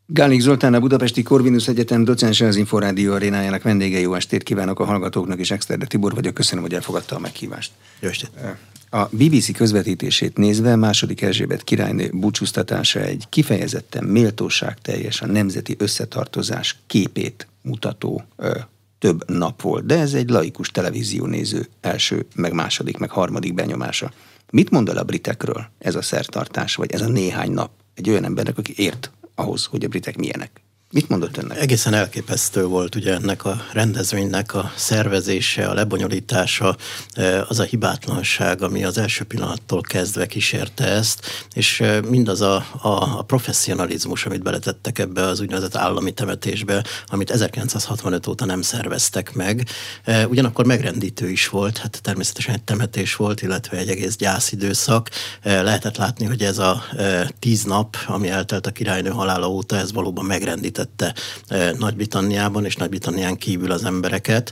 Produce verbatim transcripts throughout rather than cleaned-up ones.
Gálik Zoltán, a Budapesti Corvinus Egyetem docense, az Inforádió arénájának vendége. Jó estét kívánok a hallgatóknak, és Exterde Tibor vagyok. Köszönöm, hogy elfogadta a meghívást. Jó estét. A bé bé cé közvetítését nézve második Erzsébet királynő búcsúztatása egy kifejezetten méltóságteljes, a nemzeti összetartozás képét mutató ö, több nap volt, de ez egy laikus televíziónéző első, meg második, meg harmadik benyomása. Mit mond el a britekről ez a szertartás, vagy ez a néhány nap egy olyan embernek, aki ért ahhoz, hogy a britek milyenek? Mit mondott önnek? Egészen elképesztő volt ugye ennek a rendezvénynek a szervezése, a lebonyolítása, az a hibátlanság, ami az első pillanattól kezdve kísérte ezt, és mindaz a, a, a professzionalizmus, amit beletettek ebbe az úgynevezett állami temetésbe, amit ezerkilencszázhatvanöt óta nem szerveztek meg. Ugyanakkor megrendítő is volt, hát természetesen egy temetés volt, illetve egy egész gyászidőszak. Lehetett látni, hogy ez a tíz nap, ami eltelt a királynő halála óta, ez valóban megrendített Nagy-Britanniában és Nagy-Britannián kívül az embereket,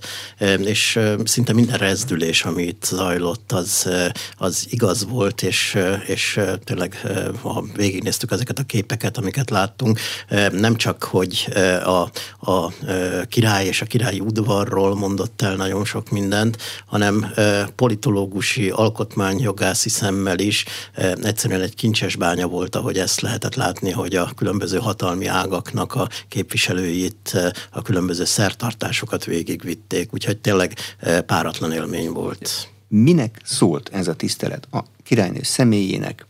és szinte minden rezdülés, ami itt zajlott, az, az igaz volt, és, és tényleg, ha végignéztük ezeket a képeket, amiket láttunk, nem csak, hogy a, a király és a királyi udvarról mondott el nagyon sok mindent, hanem politológusi, alkotmányjogászi szemmel is egyszerűen egy kincses bánya volt, ahogy ezt lehetett látni, hogy a különböző hatalmi ágaknak a képviselőit, a különböző szertartásokat végigvitték, úgyhogy tényleg páratlan élmény volt. Minek szólt ez a tisztelet? A királynő személyének,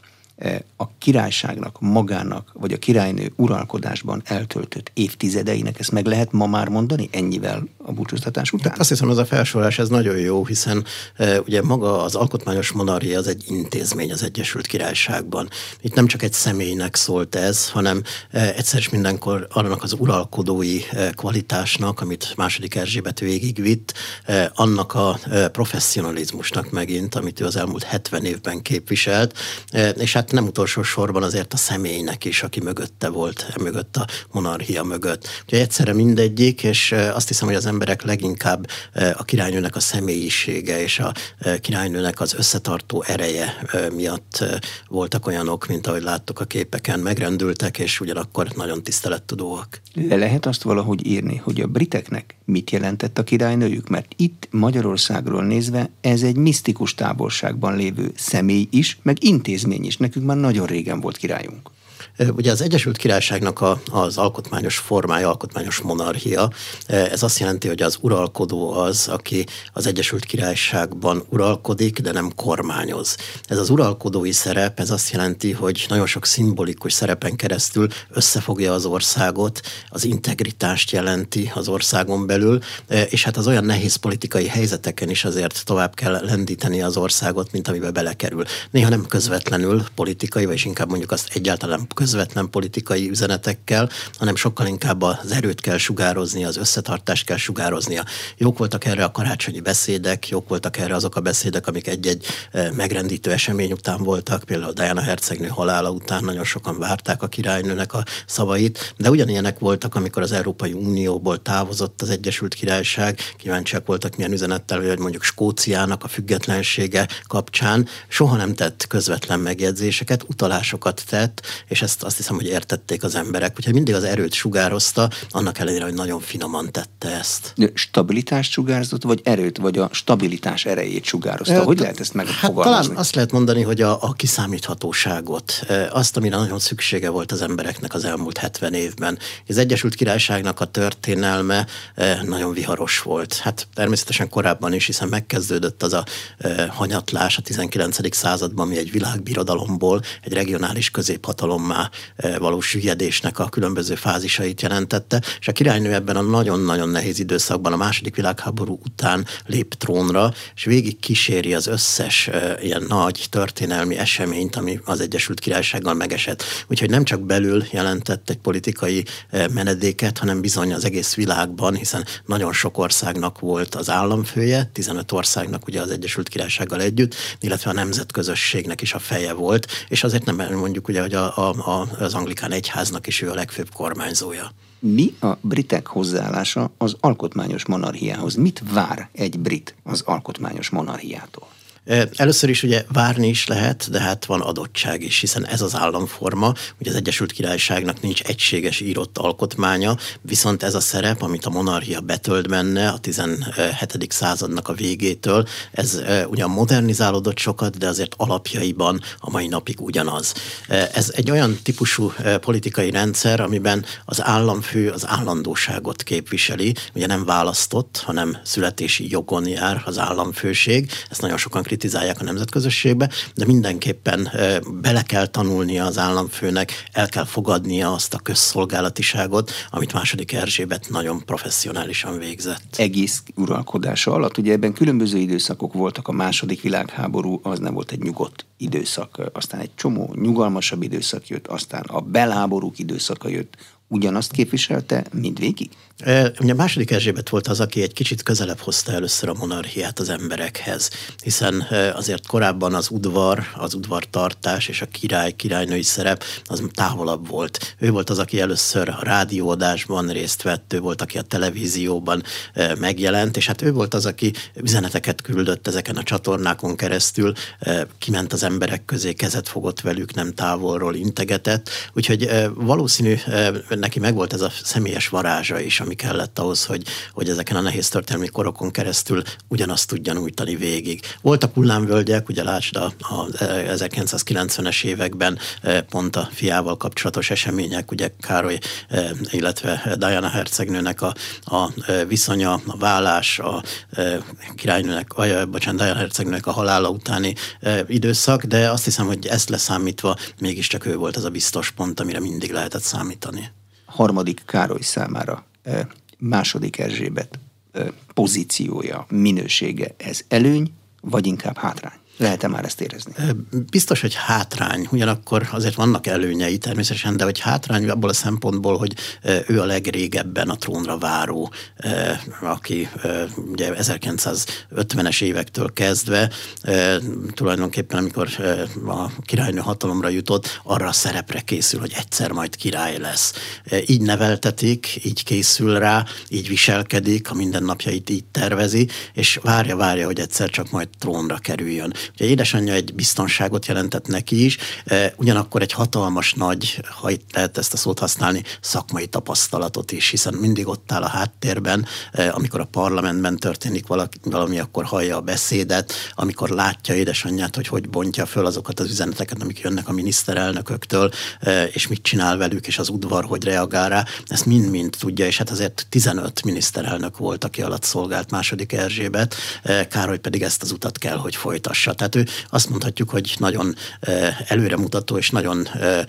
a királyságnak, magának, vagy a királynő uralkodásban eltöltött évtizedeinek? Ezt meg lehet ma már mondani ennyivel a búcsúztatás után? Hát azt hiszem, ez a felsorolás ez nagyon jó, hiszen e, ugye maga az alkotmányos monarchia az egy intézmény az Egyesült Királyságban. Itt nem csak egy személynek szólt ez, hanem e, egyszer is mindenkor annak az uralkodói e, kvalitásnak, amit második Erzsébet végigvitt, e, annak a e, professzionalizmusnak megint, amit ő az elmúlt hetven évben képviselt, e, és hát nem utolsó sorban azért a személynek is, aki mögötte volt, mögött a monarchia mögött. Ugye egyszerre mindegyik, és azt hiszem, hogy az emberek leginkább a királynőnek a személyisége és a királynőnek az összetartó ereje miatt voltak olyanok, mint ahogy láttuk a képeken, megrendültek, és ugyanakkor nagyon tisztelettudóak. Le lehet azt valahogy írni, hogy a briteknek mit jelentett a királynőjük? Mert itt Magyarországról nézve ez egy misztikus távolságban lévő személy is, meg intézmény is. Nekünk már nagyon régen volt királyunk. Ugye az Egyesült Királyságnak a, az alkotmányos formája, alkotmányos monarchia, ez azt jelenti, hogy az uralkodó az, aki az Egyesült Királyságban uralkodik, de nem kormányoz. Ez az uralkodói szerep, ez azt jelenti, hogy nagyon sok szimbolikus szerepen keresztül összefogja az országot, az integritást jelenti az országon belül, és hát az olyan nehéz politikai helyzeteken is azért tovább kell lendíteni az országot, mint amiben belekerül. Néha nem közvetlenül politikai, vagy inkább mondjuk azt egyáltalán közvetlen politikai üzenetekkel, hanem sokkal inkább az erőt kell sugározni, az összetartást kell sugároznia. Jók voltak erre a karácsonyi beszédek, jók voltak erre azok a beszédek, amik egy-egy megrendítő esemény után voltak, például Diana hercegnő halála után nagyon sokan várták a királynőnek a szavait, de ugyanilyenek voltak, amikor az Európai Unióból távozott az Egyesült Királyság, kíváncsiak voltak milyen üzenettel, hogy mondjuk Skóciának a függetlensége kapcsán soha nem tett közvetlen megjegyzéseket, utalásokat tett, és ezt azt hiszem, hogy értették az emberek. Úgyhogy mindig az erőt sugározta, annak ellenére, hogy nagyon finoman tette ezt. De stabilitást sugárzott, vagy erőt, vagy a stabilitás erejét sugározta? Hát, hogy lehet ezt megfogalmazni? Hát talán azt lehet mondani, hogy a, a kiszámíthatóságot, azt, amire nagyon szüksége volt az embereknek az elmúlt hetven évben. Az Egyesült Királyságnak a történelme nagyon viharos volt. Hát természetesen korábban is, hiszen megkezdődött az a hanyatlás a tizenkilencedik században, ami egy világbirodalomból egy regionális középhatalommá való süllyedésnek a különböző fázisait jelentette, és a királynő ebben a nagyon-nagyon nehéz időszakban, a második világháború után lép trónra, és végig kíséri az összes ilyen nagy történelmi eseményt, ami az Egyesült Királysággal megesett. Úgyhogy nem csak belül jelentett egy politikai menedéket, hanem bizony az egész világban, hiszen nagyon sok országnak volt az államfője, tizenöt országnak ugye az Egyesült Királysággal együtt, illetve a nemzetközösségnek is a feje volt, és azért nem mondjuk ugye, hogy a, a, az anglikán egyháznak is ő a legfőbb kormányzója. Mi a britek hozzáállása az alkotmányos monarchiához? Mit vár egy brit az alkotmányos monarchiától? Először is ugye várni is lehet, de hát van adottság is, hiszen ez az államforma, hogy az Egyesült Királyságnak nincs egységes írott alkotmánya, viszont ez a szerep, amit a monarchia betölt benne a tizenhetedik századnak a végétől, ez ugyan modernizálódott sokat, de azért alapjaiban a mai napig ugyanaz. Ez egy olyan típusú politikai rendszer, amiben az államfő az állandóságot képviseli, ugye nem választott, hanem születési jogon jár az államfőség, ezt nagyon sokan kritizálják a nemzetközösségbe, de mindenképpen bele kell tanulnia az államfőnek, el kell fogadnia azt a közszolgálatiságot, amit második Erzsébet nagyon professzionálisan végzett. Egész uralkodása alatt, ugye ebben különböző időszakok voltak, a második világháború az nem volt egy nyugodt időszak, aztán egy csomó nyugalmasabb időszak jött, aztán a belháborúk időszaka jött. Ugyanazt képviselte mindvégig? Ugye a második Erzsébet volt az, aki egy kicsit közelebb hozta először a monarchiát az emberekhez, hiszen azért korábban az udvar, az udvartartás és a király, királynői szerep az távolabb volt. Ő volt az, aki először a rádióadásban részt vett, ő volt, aki a televízióban megjelent, és hát ő volt az, aki üzeneteket küldött ezeken a csatornákon keresztül, kiment az emberek közé, kezet fogott velük, nem távolról integetett, úgyhogy valószínű neki megvolt ez a személyes varázsa is, ami kellett ahhoz, hogy, hogy ezeken a nehéz történelmi korokon keresztül ugyanazt tudja nyújtani végig. Voltak hullámvölgyek, ugye lásd a, a ezerkilencszázkilencvenes években pont a fiával kapcsolatos események, ugye Károly, illetve Diana hercegnőnek a, a viszonya, a vállás, a királynőnek, a, bocsánat, Diana hercegnőnek a halála utáni időszak, de azt hiszem, hogy ezt leszámítva mégiscsak ő volt az a biztos pont, amire mindig lehetett számítani. Harmadik Károly számára második Erzsébet pozíciója, minősége, ez előny, vagy inkább hátrány? Lehet-e már ezt érezni? Biztos, hogy hátrány. Ugyanakkor azért vannak előnyei természetesen, de hogy hátrány abból a szempontból, hogy ő a legrégebben a trónra váró, aki ugye ezerkilencszázötvenes évektől kezdve tulajdonképpen, amikor a királynő hatalomra jutott, arra a szerepre készül, hogy egyszer majd király lesz. Így neveltetik, így készül rá, így viselkedik, a mindennapjait így tervezi, és várja, várja, hogy egyszer csak majd trónra kerüljön. Ugye édesanyja egy biztonságot jelentett neki is, ugyanakkor egy hatalmas nagy, ha itt lehet ezt a szót használni, szakmai tapasztalatot is, hiszen mindig ott áll a háttérben, amikor a parlamentben történik valaki, valami, akkor hallja a beszédet, amikor látja édesanyját, hogy hogy bontja föl azokat az üzeneteket, amik jönnek a miniszterelnököktől, és mit csinál velük, és az udvar hogy reagál rá, ezt mind-mind tudja, és hát azért tizenöt miniszterelnök volt, aki alatt szolgált második Erzsébet, Károly pedig ezt az utat kell, hogy folytassa. Tehát ő azt mondhatjuk, hogy nagyon előremutató és nagyon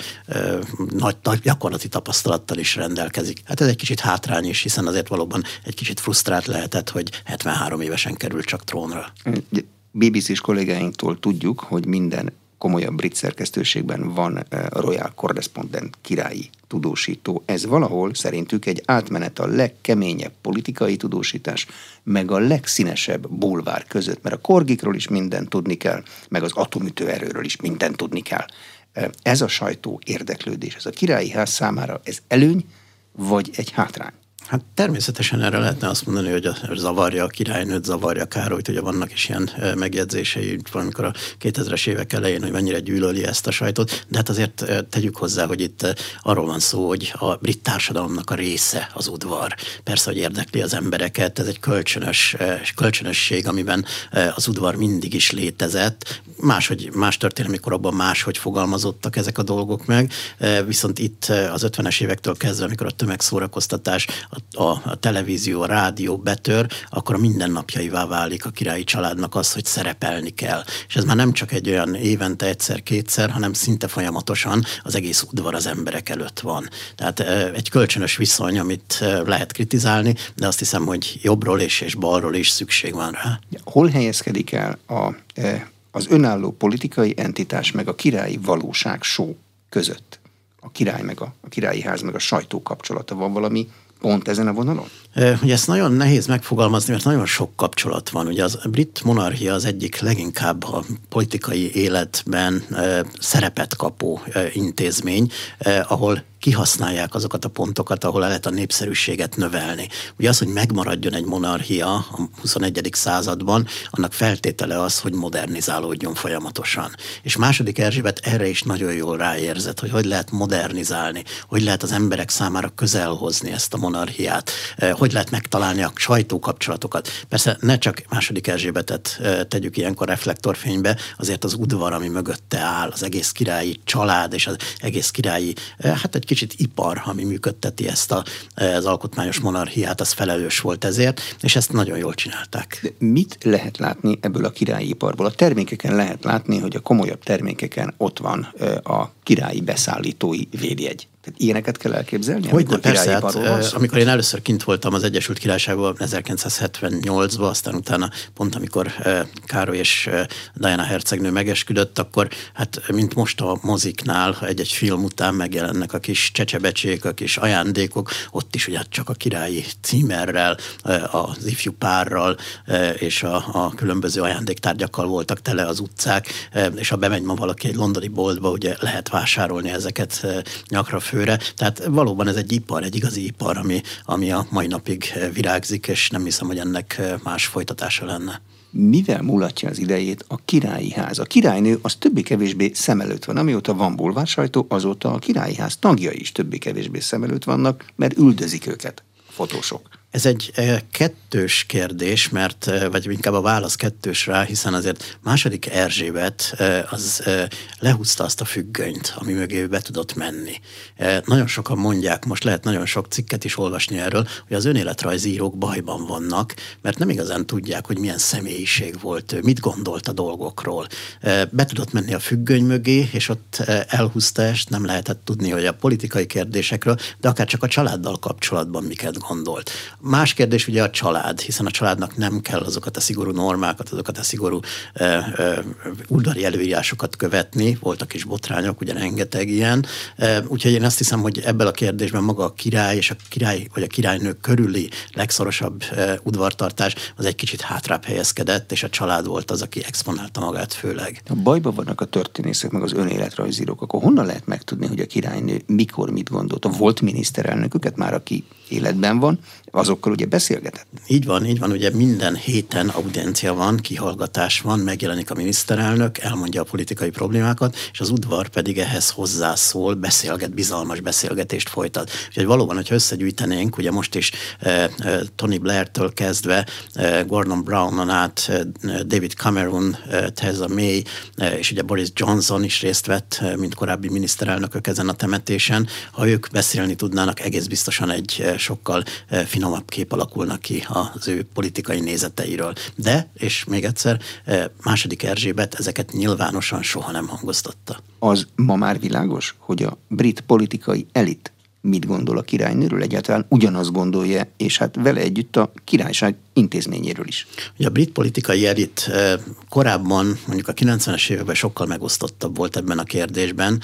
nagy gyakorlati tapasztalattal is rendelkezik. Hát ez egy kicsit hátrány is, hiszen azért valóban egy kicsit frusztrált lehetett, hogy hetvenhárom évesen került csak trónra. bé bé cés kollégáinktól tudjuk, hogy minden komolyabb brit szerkesztőségben van Royal Correspondent, királyi tudósító. Ez valahol szerintük egy átmenet a legkeményebb politikai tudósítás, meg a legszínesebb bulvár között, mert a korgikról is mindent tudni kell, meg az atomütőerőről is mindent tudni kell. Ez a sajtó érdeklődés, ez a királyi ház számára ez előny, vagy egy hátrány? Hát természetesen erre lehetne azt mondani, hogy zavarja a királynőt, zavarja Károlyt, ugye vannak is ilyen megjegyzései, valamikor a kétezres évek elején, hogy mennyire gyűlöli ezt a sajtot, de hát azért tegyük hozzá, hogy itt arról van szó, hogy a brit társadalomnak a része az udvar. Persze, hogy érdekli az embereket, ez egy kölcsönös, kölcsönösség, amiben az udvar mindig is létezett. Máshogy, más történelmi korokban máshogy fogalmazottak ezek a dolgok meg, viszont itt az ötvenes évektől kezdve, amikor a tömegszórakoztatás, A, a, a televízió, a rádió betör, akkor a mindennapjaivá válik a királyi családnak az, hogy szerepelni kell. És ez már nem csak egy olyan évente egyszer-kétszer, hanem szinte folyamatosan az egész udvar az emberek előtt van. Tehát egy kölcsönös viszony, amit lehet kritizálni, de azt hiszem, hogy jobbról és, és balról is szükség van rá. Hol helyezkedik el a, az önálló politikai entitás meg a királyi valóság show között? A király meg a, a királyi ház meg a sajtó kapcsolata, van valami pont ezen a vonalon? Ugye ezt nagyon nehéz megfogalmazni, mert nagyon sok kapcsolat van. Ugye az brit monarchia az egyik leginkább a politikai életben szerepet kapó intézmény, ahol kihasználják azokat a pontokat, ahol el lehet a népszerűséget növelni. Ugye az, hogy megmaradjon egy monarchia a huszonegyedik században, annak feltétele az, hogy modernizálódjon folyamatosan. És második Erzsébet erre is nagyon jól ráérzett, hogy hogy lehet modernizálni, hogy lehet az emberek számára közelhozni ezt a monarchiát, hogy lehet megtalálni a sajtókapcsolatokat. Persze ne csak második Erzsébetet tegyük ilyenkor reflektorfénybe, azért az udvar, ami mögötte áll, az egész királyi család és az egész királyi, hát egy kicsit ipar, ami működteti ezt a, az alkotmányos monarchiát, az felelős volt ezért, és ezt nagyon jól csinálták. De mit lehet látni ebből a királyi iparból? A termékeken lehet látni, hogy a komolyabb termékeken ott van a királyi beszállítói védjegy. Tehát ilyeneket kell elképzelni? Hogy de persze, hát, amikor én először kint voltam az Egyesült Királyságban ezerkilencszázhetvennyolcban, aztán utána pont amikor Károly és Diana hercegnő megesküdött, akkor hát mint most a moziknál egy-egy film után megjelennek a kis csecsebecsék, a kis ajándékok, ott is ugye csak a királyi címerrel, az ifjú párral és a, a különböző ajándéktárgyakkal voltak tele az utcák, és ha bemegy ma valaki egy londoni boltba, ugye lehet vásárolni ezeket nyakra főre. Tehát valóban ez egy ipar, egy igazi ipar, ami, ami a mai napig virágzik, és nem hiszem, hogy ennek más folytatása lenne. Mivel mulatja az idejét a királyi ház? A királynő az többé-kevésbé szem előtt van. Amióta van bulvársajtó, azóta a királyi ház tagjai is többé-kevésbé szem előtt vannak, mert üldözik őket fotósok. Ez egy kettős kérdés, mert, vagy inkább a válasz kettős rá, hiszen azért második Erzsébet az lehúzta azt a függönyt, ami mögé be tudott menni. Nagyon sokan mondják, most lehet nagyon sok cikket is olvasni erről, hogy az önéletrajzírók bajban vannak, mert nem igazán tudják, hogy milyen személyiség volt, mit gondolt a dolgokról. Be tudott menni a függöny mögé, és ott elhúzta ezt, nem lehetett tudni, hogy a politikai kérdésekről, de akár csak a családdal kapcsolatban miket gondolt. Más kérdés ugye a család, hiszen a családnak nem kell azokat a szigorú normákat, azokat a szigorú uh, uh, udvari előírásokat követni, voltak is botrányok, ugye rengeteg ilyen. Uh, úgyhogy én azt hiszem, hogy ebben a kérdésben maga a király és a király vagy a királynő körüli legszorosabb uh, udvartartás az egy kicsit hátrább helyezkedett, és a család volt az, aki exponálta magát főleg. Ha bajban vannak a történészek, meg az önéletrajzírók, akkor honnan lehet megtudni, hogy a királynő mikor mit gondolt? Volt miniszterelnöküket már, aki életben van, azokkal ugye beszélgetett? Így van, így van, ugye minden héten audiencia van, kihallgatás van, megjelenik a miniszterelnök, elmondja a politikai problémákat, és az udvar pedig ehhez hozzászól, beszélget, bizalmas beszélgetést folytat. Úgyhogy valóban, hogyha összegyűjtenénk, ugye most is eh, Tony Blairtől kezdve eh, Gordon Brownon át, eh, David Cameron, eh, Theresa May, eh, és ugye Boris Johnson is részt vett, eh, mint korábbi miniszterelnökök ezen a temetésen. Ha ők beszélni tudnának, egész biztosan egy eh, sokkal eh, finomabb kép alakulnak ki az ő politikai nézeteiről. De, és még egyszer, második Erzsébet ezeket nyilvánosan soha nem hangoztatta. Az ma már világos, hogy a brit politikai elit mit gondol a királynőről, egyáltalán ugyanazt gondolja, és hát vele együtt a királyság intézményéről is. Ugye a brit politikai elit korábban, mondjuk a kilencvenes években sokkal megosztottabb volt ebben a kérdésben.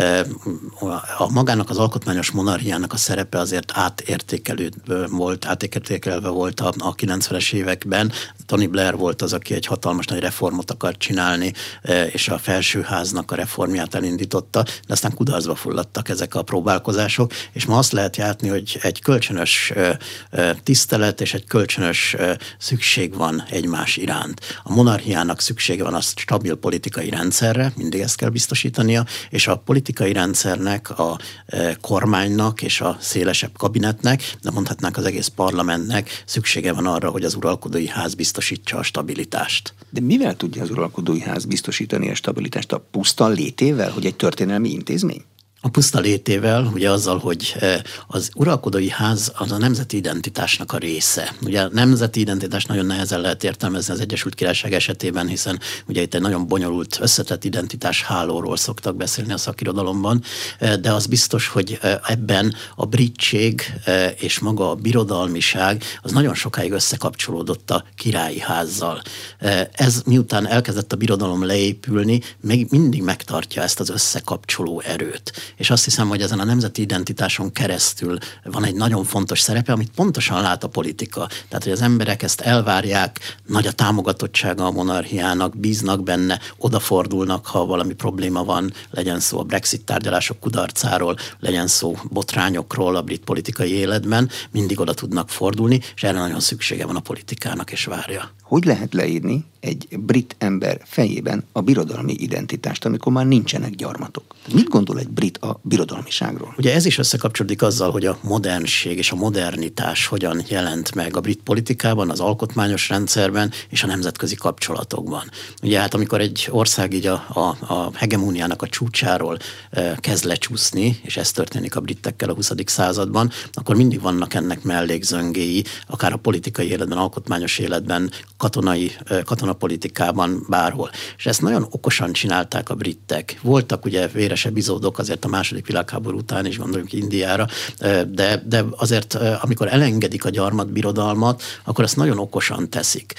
A magának az alkotmányos monarchiának a szerepe azért átértékelő volt, átértékelve volt a, a kilencvenes években. Tony Blair volt az, aki egy hatalmas nagy reformot akart csinálni, és a felsőháznak a reformját elindította, de aztán kudarcba fulladtak ezek a próbálkozások, és ma azt lehet látni, hogy egy kölcsönös tisztelet és egy kölcsönös szükség van egymás iránt. A monarchiának szüksége van a stabil politikai rendszerre, mindig ezt kell biztosítania, és a politikai rendszernek, a kormánynak és a szélesebb kabinetnek, de mondhatnánk az egész parlamentnek szüksége van arra, hogy az uralkodói ház biztosítsa a stabilitást. De mivel tudja az uralkodói ház biztosítani a stabilitást? A puszta létével, hogy egy történelmi intézmény? A puszta létével, ugye azzal, hogy az uralkodói ház az a nemzeti identitásnak a része. Ugye a nemzeti identitás nagyon nehezen lehet értelmezni az Egyesült Királyság esetében, hiszen ugye itt egy nagyon bonyolult, összetett identitás hálóról szoktak beszélni a szakirodalomban, de az biztos, hogy ebben a britség és maga a birodalmiság az nagyon sokáig összekapcsolódott a királyi házzal. Ez miután elkezdett a birodalom leépülni, még mindig megtartja ezt az összekapcsoló erőt. és azt hiszem, hogy ezen a nemzeti identitáson keresztül van egy nagyon fontos szerepe, amit pontosan lát a politika. Tehát, hogy az emberek ezt elvárják, nagy a támogatottsága a monarchiának, bíznak benne, odafordulnak, ha valami probléma van, legyen szó a Brexit tárgyalások kudarcáról, legyen szó botrányokról a brit politikai életben, mindig oda tudnak fordulni, és erre nagyon szüksége van a politikának, és várja. Hogy lehet leírni egy brit ember fejében a birodalmi identitást, amikor már nincsenek gyarmatok? Mit gondol egy brit a birodalmiságról? Ugye ez is összekapcsolódik azzal, hogy a modernség és a modernitás hogyan jelent meg a brit politikában, az alkotmányos rendszerben és a nemzetközi kapcsolatokban. Ugye hát amikor egy ország így a, a, a hegemóniának a csúcsáról e, kezd lecsúszni, és ez történik a britekkel a huszadik században, akkor mindig vannak ennek mellékzöngéi, akár a politikai életben, alkotmányos életben, katonai, katonapolitikában, bárhol. És ezt nagyon okosan csinálták a britek. Voltak ugye véres epizódok azért a második világháború után is, gondoljunk Indiára, de, de azért amikor elengedik a gyarmatbirodalmat, akkor ezt nagyon okosan teszik.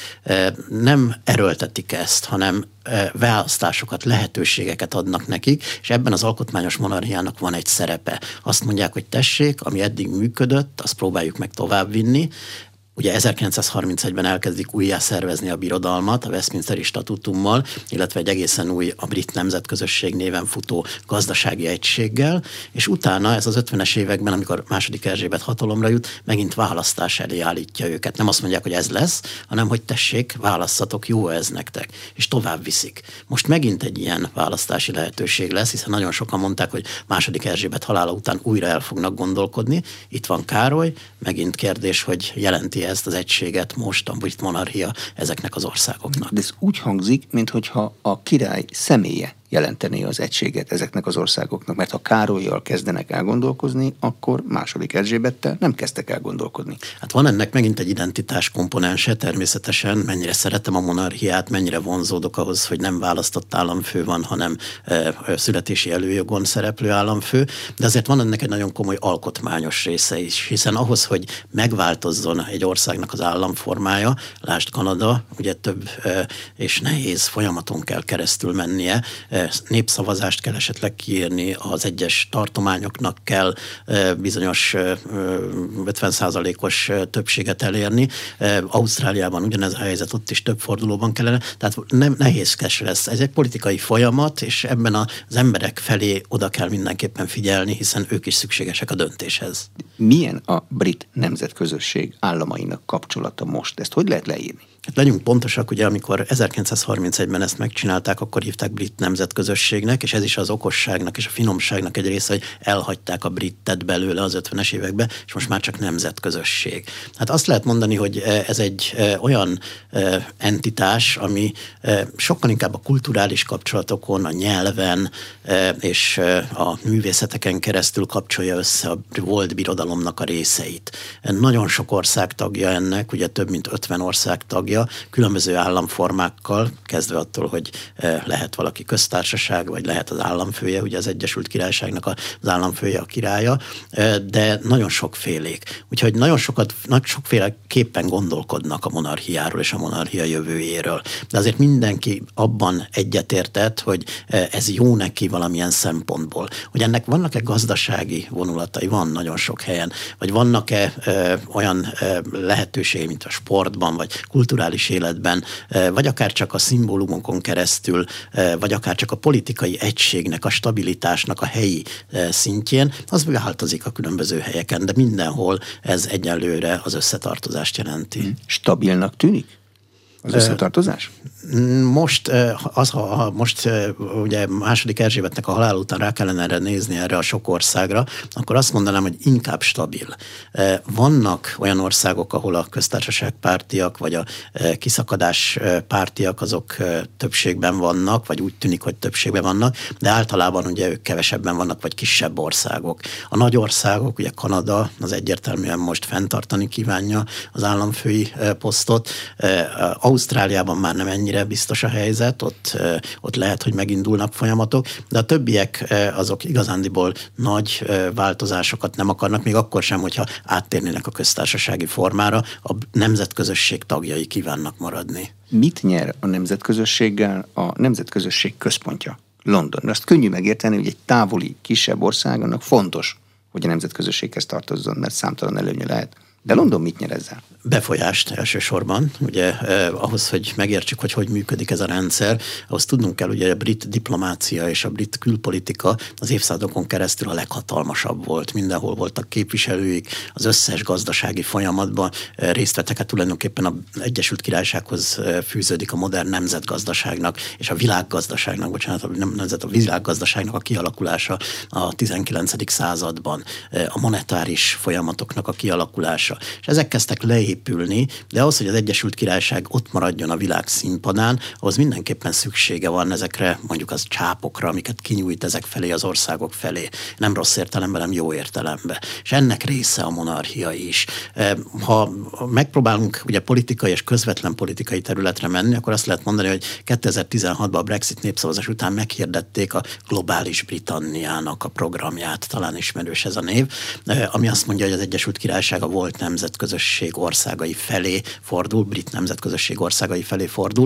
Nem erőltetik ezt, hanem választásokat, lehetőségeket adnak nekik, és ebben az alkotmányos monarchiának van egy szerepe. Azt mondják, hogy tessék, ami eddig működött, azt próbáljuk meg továbbvinni. Ugye ezerkilencszázharmincegyben elkezdik újjá szervezni a birodalmat a Westminsteri statutummal, illetve egy egészen új, a brit nemzetközösség néven futó gazdasági egységgel, és utána ez az ötvenes években, amikor második Erzsébet hatalomra jut, megint választás elé állítja őket. Nem azt mondják, hogy ez lesz, hanem hogy tessék, válasszatok, jó ez nektek, és tovább viszik. Most megint egy ilyen választási lehetőség lesz, hiszen nagyon sokan mondták, hogy második Erzsébet halála után újra el fognak gondolkodni. Itt van Károly, megint kérdés, hogy jelenti ezt az egységet most a brit monarchia ezeknek az országoknak. De ez úgy hangzik, minthogyha a király személye jelentené az egységet ezeknek az országoknak, mert ha Károllyal kezdenek elgondolkozni, akkor második Erzsébettel nem kezdtek el gondolkodni. Hát van ennek megint egy identitás komponense, természetesen, mennyire szeretem a monarchiát, mennyire vonzódok ahhoz, hogy nem választott államfő van, hanem e, születési előjogon szereplő államfő, de azért van ennek egy nagyon komoly alkotmányos része is, hiszen ahhoz, hogy megváltozzon egy országnak az államformája, lásd Kanada, ugye több e, és nehéz folyamaton kell keresztül mennie, e, népszavazást kell esetleg kiírni, az egyes tartományoknak kell bizonyos ötven százalékos többséget elérni. Ausztráliában ugyanez a helyzet, ott is több fordulóban kellene, tehát nem nehézkes lesz. Ez egy politikai folyamat, és ebben az emberek felé oda kell mindenképpen figyelni, hiszen ők is szükségesek a döntéshez. Milyen a brit nemzetközösség államainak kapcsolata most? Ezt hogy lehet leírni? Hát legyünk pontosak, ugye amikor ezerkilencszázharmincegyben ezt megcsinálták, akkor hívták brit nemzetközösségnek, és ez is az okosságnak és a finomságnak egy része, hogy elhagyták a britet belőle az ötvenes években, és most már csak nemzetközösség. Hát azt lehet mondani, hogy ez egy olyan entitás, ami sokkal inkább a kulturális kapcsolatokon, a nyelven és a művészeteken keresztül kapcsolja össze a volt birodalomnak a részeit. Nagyon sok ország tagja ennek, ugye több mint ötven ország tagja, különböző államformákkal, kezdve attól, hogy lehet valaki köztársaság, vagy lehet az államfője, ugye az Egyesült Királyságnak az államfője a királya, de nagyon sokfélék. Úgyhogy nagyon sokat, nagyon sokféleképpen gondolkodnak a monarchiáról és a monarchia jövőjéről. De azért mindenki abban egyetértett, hogy ez jó neki valamilyen szempontból. Hogy ennek vannak-e gazdasági vonulatai? Van nagyon sok helyen. Vagy vannak-e olyan lehetőségei, mint a sportban, vagy kulturális életben, vagy akár csak a szimbólumokon keresztül, vagy akár csak a politikai egységnek, a stabilitásnak a helyi szintjén, az változik a különböző helyeken, de mindenhol ez egyelőre az összetartozást jelenti. Stabilnak tűnik az összetartozás? Most, az, ha most ugye második Erzsébetnek a halál után rá kellene erre nézni, erre a sok országra, akkor azt mondanám, hogy inkább stabil. Vannak olyan országok, ahol a köztársaságpártiak, vagy a kiszakadás pártiak, azok többségben vannak, vagy úgy tűnik, hogy többségben vannak, de általában ugye ők kevesebben vannak, vagy kisebb országok. A nagy országok, ugye Kanada, az egyértelműen most fenntartani kívánja az államfői posztot. Ausztráliában már nem ennyire biztos a helyzet, ott, ott lehet, hogy megindulnak folyamatok, de a többiek azok igazándiból nagy változásokat nem akarnak, még akkor sem, hogyha áttérnének a köztársasági formára, a nemzetközösség tagjai kívánnak maradni. Mit nyer a nemzetközösséggel a nemzetközösség központja, London. Azt könnyű megérteni, hogy egy távoli, kisebb ország, annak fontos, hogy a nemzetközösséghez tartozzon, mert számtalan előnye lehet. De London mit nyer ezzel? Befolyást elsősorban. Ugye eh, ahhoz, hogy megértsük, hogy hogy működik ez a rendszer, ahhoz tudnunk kell, hogy a brit diplomácia és a brit külpolitika az évszázadokon keresztül a leghatalmasabb volt. Mindenhol voltak képviselőik, az összes gazdasági folyamatban eh, részt vettek. Hát tulajdonképpen az Egyesült Királysághoz eh, fűződik a modern nemzetgazdaságnak és a világgazdaságnak, bocsánat, a nemzet a világgazdaságnak a kialakulása a tizenkilencedik században, eh, a monetáris folyamatoknak a kialakulása. És ezek kezdtek leépülni, de ahhoz, hogy az Egyesült Királyság ott maradjon a világ színpadán, ahhoz mindenképpen szüksége van ezekre, mondjuk az csápokra, amiket kinyújt ezek felé, az országok felé. Nem rossz értelemben, nem jó értelemben. És ennek része a monarchia is. Ha megpróbálunk ugye politikai és közvetlen politikai területre menni, akkor azt lehet mondani, hogy kétezer-tizenhatban a Brexit népszavazás után meghirdették a globális Britanniának a programját, talán ismerős ez a név, ami azt mondja, hogy az Egyesült Királyság a volt nemzetközösség országai felé fordul, brit nemzetközösség országai felé fordul.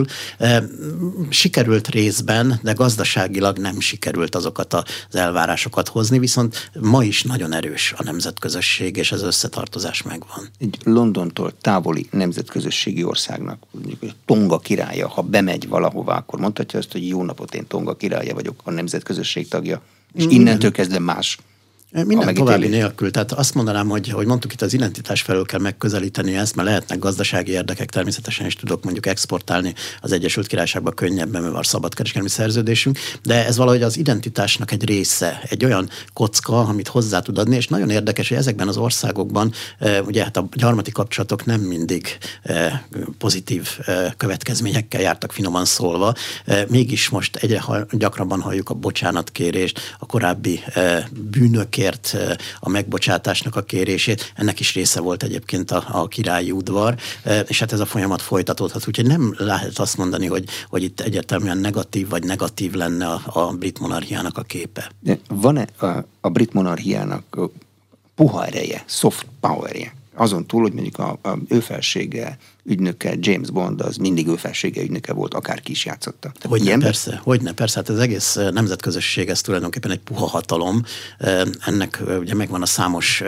Sikerült részben, de gazdaságilag nem sikerült azokat az elvárásokat hozni, viszont ma is nagyon erős a nemzetközösség, és az összetartozás megvan. Egy Londontól távoli nemzetközösségi országnak, mondjuk a Tonga királya, ha bemegy valahova, akkor mondhatja azt, hogy jó napot, én Tonga királya vagyok, a nemzetközösség tagja, és innentől kezdve más. Minden további nélkül. Tehát azt mondanám, hogy, hogy mondtuk, itt az identitás felől kell megközelíteni ezt, mert lehetnek gazdasági érdekek, természetesen is tudok mondjuk exportálni az Egyesült Királyságba könnyebben, mert van szabadkereskedelmi szerződésünk, de ez valahogy az identitásnak egy része, egy olyan kocka, amit hozzá tud adni, és nagyon érdekes, hogy ezekben az országokban ugye hát a gyarmati kapcsolatok nem mindig pozitív következményekkel jártak, finoman szólva, mégis most egyre gyakrabban halljuk a bocsánatkérést, a korábbi bűnök a megbocsátásnak a kérését. Ennek is része volt egyébként a, a királyi udvar, és hát ez a folyamat folytatódhat. Úgyhogy nem lehet azt mondani, hogy, hogy itt egyértelműen negatív vagy negatív lenne a, a brit monarchiának a képe. De van-e a, a brit monarchiának puha ereje, soft power-je? Azon túl, hogy mondjuk a, a ő felsége ügynöke, James Bond, az mindig ő felsége ügynöke volt, akárki is játszotta. Hogyne, persze, hogyne, persze. Hát az egész nemzetközösség, ez tulajdonképpen egy puha hatalom. Ennek ugye megvan a számos,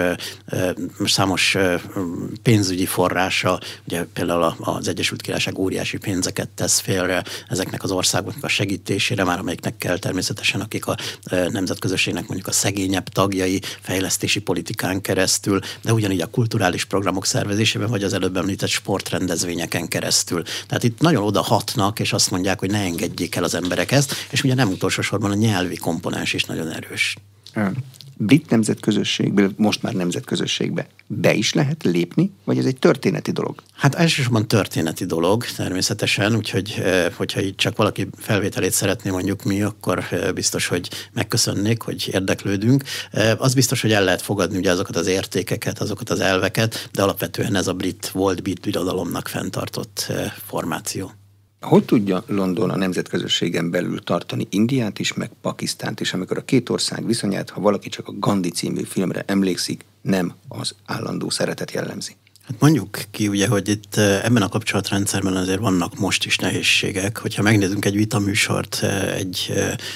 számos pénzügyi forrása, ugye például az Egyesült Királyság óriási pénzeket tesz félre ezeknek az országoknak a segítésére, már amelyiknek kell természetesen, akik a nemzetközösségnek mondjuk a szegényebb tagjai, fejlesztési politikán keresztül, de ugyanígy a kulturális programok szervezésében, vagy az előbb említett sportrend rendezvényeken keresztül. Tehát itt nagyon oda hatnak, és azt mondják, hogy ne engedjék el az emberek ezt, és ugye nem utolsó sorban a nyelvi komponens is nagyon erős. Brit nemzetközösségbe, most már nemzetközösségbe be is lehet lépni, vagy ez egy történeti dolog? Hát elsősorban történeti dolog, természetesen, úgyhogy hogyha itt csak valaki felvételét szeretné mondjuk mi, akkor biztos, hogy megköszönnék, hogy érdeklődünk. Az biztos, hogy el lehet fogadni ugye azokat az értékeket, azokat az elveket, de alapvetően ez a brit, volt brit birodalomnak fenntartott formáció. Hogy tudja London a nemzetközösségen belül tartani Indiát is, meg Pakisztánt is, amikor a két ország viszonyát, ha valaki csak a Gandhi című filmre emlékszik, nem az állandó szeretet jellemzi? Hát mondjuk ki ugye, hogy itt ebben a kapcsolatrendszerben azért vannak most is nehézségek. Hogyha megnézzünk egy vitaműsort egy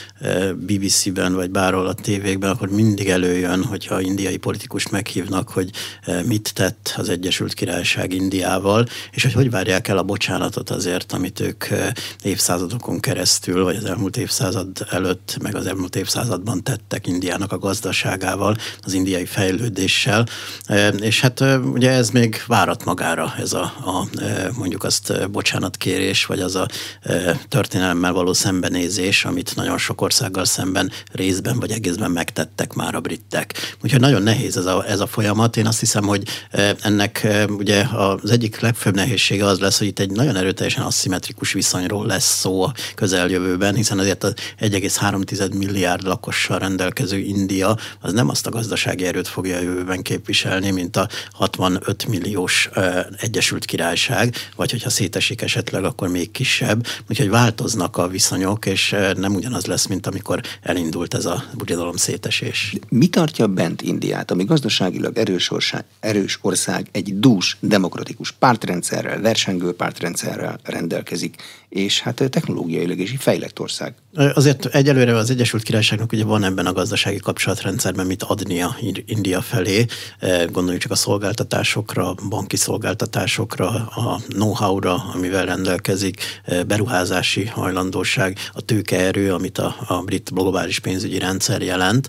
bé bé cé-ben, vagy bárhol a tévékben, akkor mindig előjön, hogyha indiai politikust meghívnak, hogy mit tett az Egyesült Királyság Indiával, és hogy hogy várják el a bocsánatot azért, amit ők évszázadokon keresztül, vagy az elmúlt évszázad előtt, meg az elmúlt évszázadban tettek Indiának a gazdaságával, az indiai fejlődéssel. És hát ugye ez még várat magára ez a, a mondjuk azt bocsánatkérés, vagy az a történelemmel való szembenézés, amit nagyon sok országgal szemben részben vagy egészben megtettek már a britek. Úgyhogy nagyon nehéz ez a, ez a folyamat. Én azt hiszem, hogy ennek ugye az egyik legfőbb nehézsége az lesz, hogy itt egy nagyon erőteljesen aszimmetrikus viszonyról lesz szó a közeljövőben, hiszen azért az egy egész három milliárd lakossal rendelkező India az nem azt a gazdasági erőt fogja a jövőben képviselni, mint a hatvanöt millió milliós Egyesült Királyság, vagy hogyha szétesik esetleg, akkor még kisebb. Úgyhogy változnak a viszonyok, és nem ugyanaz lesz, mint amikor elindult ez a birodalom szétesés. Mi tartja bent Indiát, ami gazdaságilag erős ország, erős ország egy dús, demokratikus pártrendszerrel, versengő pártrendszerrel rendelkezik, és hát technológiailag is fejlett ország? Azért egyelőre az Egyesült Királyságnak ugye van ebben a gazdasági kapcsolatrendszerben mit adnia India felé. Gondoljunk csak a szolgáltatásokra, banki szolgáltatásokra, a know-how-ra, amivel rendelkezik, beruházási hajlandóság, a tőkeerő, amit a, a brit globális pénzügyi rendszer jelent.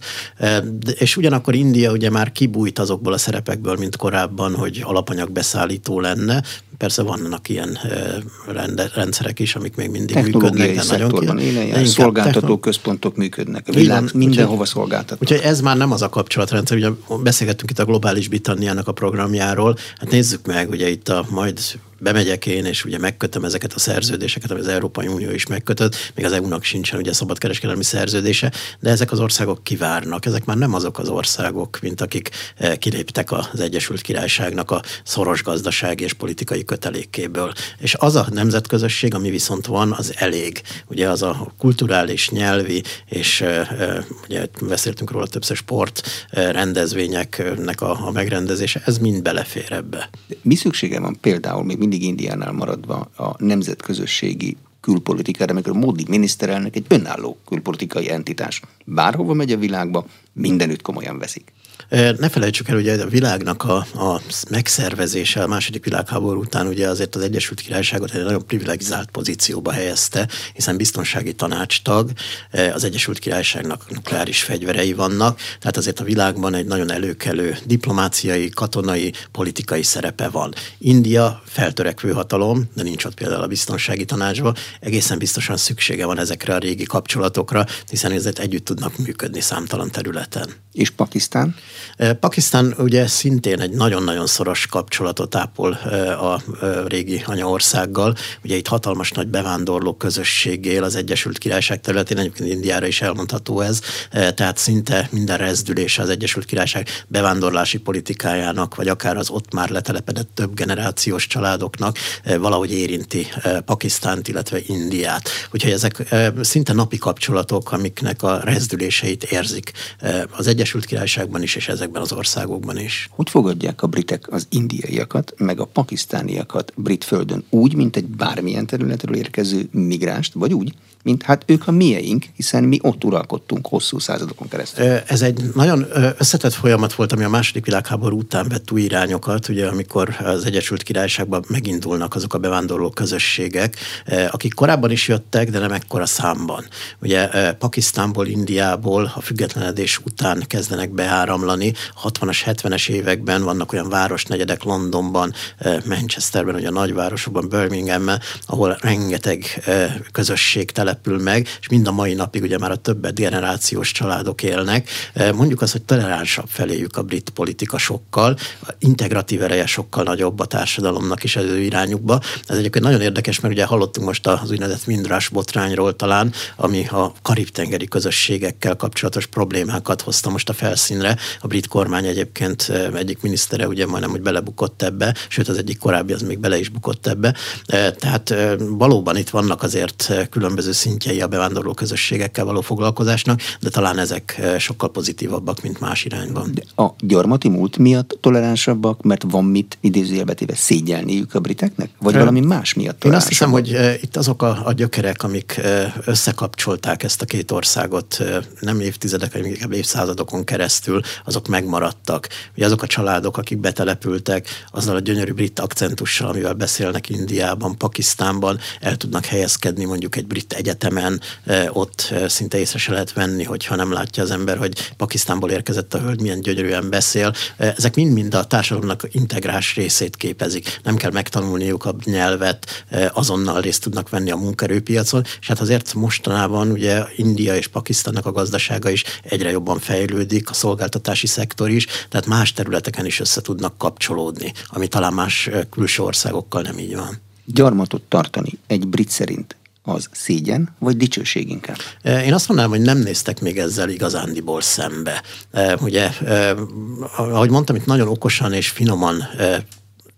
És ugyanakkor India ugye már kibújt azokból a szerepekből, mint korábban, hogy alapanyagbeszállító lenne. Persze vannak ilyen rende, rendszerek is, amik még mindig működnek. Szektorban élen, szolgáltató központok működnek. A világ van, mindenhova szolgáltatnak. Úgyhogy ez már nem az a kapcsolatrendszer. Ugye beszélgettünk itt a Globális Britanniának a programjáról. Hát nézzük meg, ugye itt a majd bemegyek én, és ugye megkötöm ezeket a szerződéseket, amit az Európai Unió is megkötött, még az é u-nak sincsen ugye szabadkereskedelmi szerződése, de ezek az országok kivárnak. Ezek már nem azok az országok, mint akik kiléptek az Egyesült Királyságnak a szoros gazdasági és politikai kötelékéből. És az a nemzetközösség, ami viszont van, az elég. Ugye az a kulturális, nyelvi, és ugye beszéltünk róla többször, sport rendezvényeknek a, a megrendezése, ez mind belefér ebbe. Mi szüksége van például még mindig Indiánál maradva a nemzetközösségi külpolitikára, amikor Modi miniszterelnök egy önálló külpolitikai entitás. Bárhova megy a világba, mindenütt komolyan veszik. Ne felejtsük el, ugye a világnak a, a megszervezése a második világháború után ugye azért az Egyesült Királyságot egy nagyon privilegizált pozícióba helyezte, hiszen biztonsági tanácstag, az Egyesült Királyságnak nukleáris fegyverei vannak, tehát azért a világban egy nagyon előkelő diplomáciai, katonai, politikai szerepe van. India feltörekvő hatalom, de nincs ott például a biztonsági tanácsban, egészen biztosan szüksége van ezekre a régi kapcsolatokra, hiszen ezért együtt tudnak működni számtalan területen. És Pakisztán? Pakisztán ugye szintén egy nagyon-nagyon szoros kapcsolatot ápol a régi anyaországgal. Ugye itt hatalmas nagy bevándorló közösség él az Egyesült Királyság területén, egyébként Indiára is elmondható ez, tehát szinte minden rezdülése az Egyesült Királyság bevándorlási politikájának, vagy akár az ott már letelepedett több generációs családoknak valahogy érinti Pakisztánt, illetve Indiát. Úgyhogy ezek szinte napi kapcsolatok, amiknek a rezdüléseit érzik az Egyesült Királyságban is, és ezekben az országokban is. Hogy fogadják a britek az indiaiakat, meg a pakisztániakat brit földön? Úgy, mint egy bármilyen területről érkező migránst, vagy úgy, mint hát ők a mieink, hiszen mi ott uralkodtunk hosszú századokon keresztül. Ez egy nagyon összetett folyamat volt, ami a második világháború után vett új irányokat, ugye amikor az Egyesült Királyságban megindulnak azok a bevándorló közösségek, akik korábban is jöttek, de nem ekkora számban. Ugye Pakisztánból, Indiából a függetlenedés után kezdenek beáramlani. hatvanas, hetvenes években vannak olyan városnegyedek Londonban, Manchesterben, ugye a nagyvárosokban, Birminghamben, ahol rengeteg közösség települ meg, és mind a mai napig ugye már a többet generációs családok élnek. Mondjuk azt, hogy toleránsabb feléjük a brit politika sokkal, integratív ereje sokkal nagyobb a társadalomnak is az ő irányukba. Ez egyébként nagyon érdekes, mert ugye hallottunk most az úgynevezett Windrush botrányról talán, ami a karib-tengeri közösségekkel kapcsolatos problémákat hozta most a felszínre. A brit kormány egyébként egyik minisztere ugye majdnem, hogy belebukott ebbe, sőt az egyik korábbi az még bele is bukott ebbe. Tehát valóban itt vannak azért különböző szintjei a bevándorló közösségekkel való foglalkozásnak, de talán ezek sokkal pozitívabbak, mint más irányban. De a gyarmati múlt miatt toleránsabbak, mert van mit idézőjelbe téve szégyelniük a briteknek? Vagy valami más miatt? Én azt hiszem, hogy itt azok a, a gyökerek, amik összekapcsolták ezt a két országot nem évtizedek, hanem inkább évszázadokon keresztül, azok megmaradtak. Ugye azok a családok, akik betelepültek, azzal a gyönyörű brit akcentussal, amivel beszélnek Indiában, Pakisztánban, el tudnak helyezkedni mondjuk egy brit egyetemen, ott szinte észre se lehet venni, hogyha nem látja az ember, hogy Pakisztánból érkezett a hölgy, milyen gyönyörűen beszél. Ezek mind-mind a társadalomnak integrás részét képezik. Nem kell megtanulniuk a nyelvet, azonnal részt tudnak venni a munkaerőpiacon, és hát azért mostanában ugye India és Pakisztánnak a gazdasága is egyre jobban fejlődik, a szolgáltatási szektor is, tehát más területeken is össze tudnak kapcsolódni, ami talán más külső országokkal nem így van. Gyarmatot tartani egy brit szerint az szégyen, vagy dicsőség inkább? Én azt mondanám, hogy nem néztek még ezzel igazándiból szembe. Ugye, ahogy mondtam, itt nagyon okosan és finoman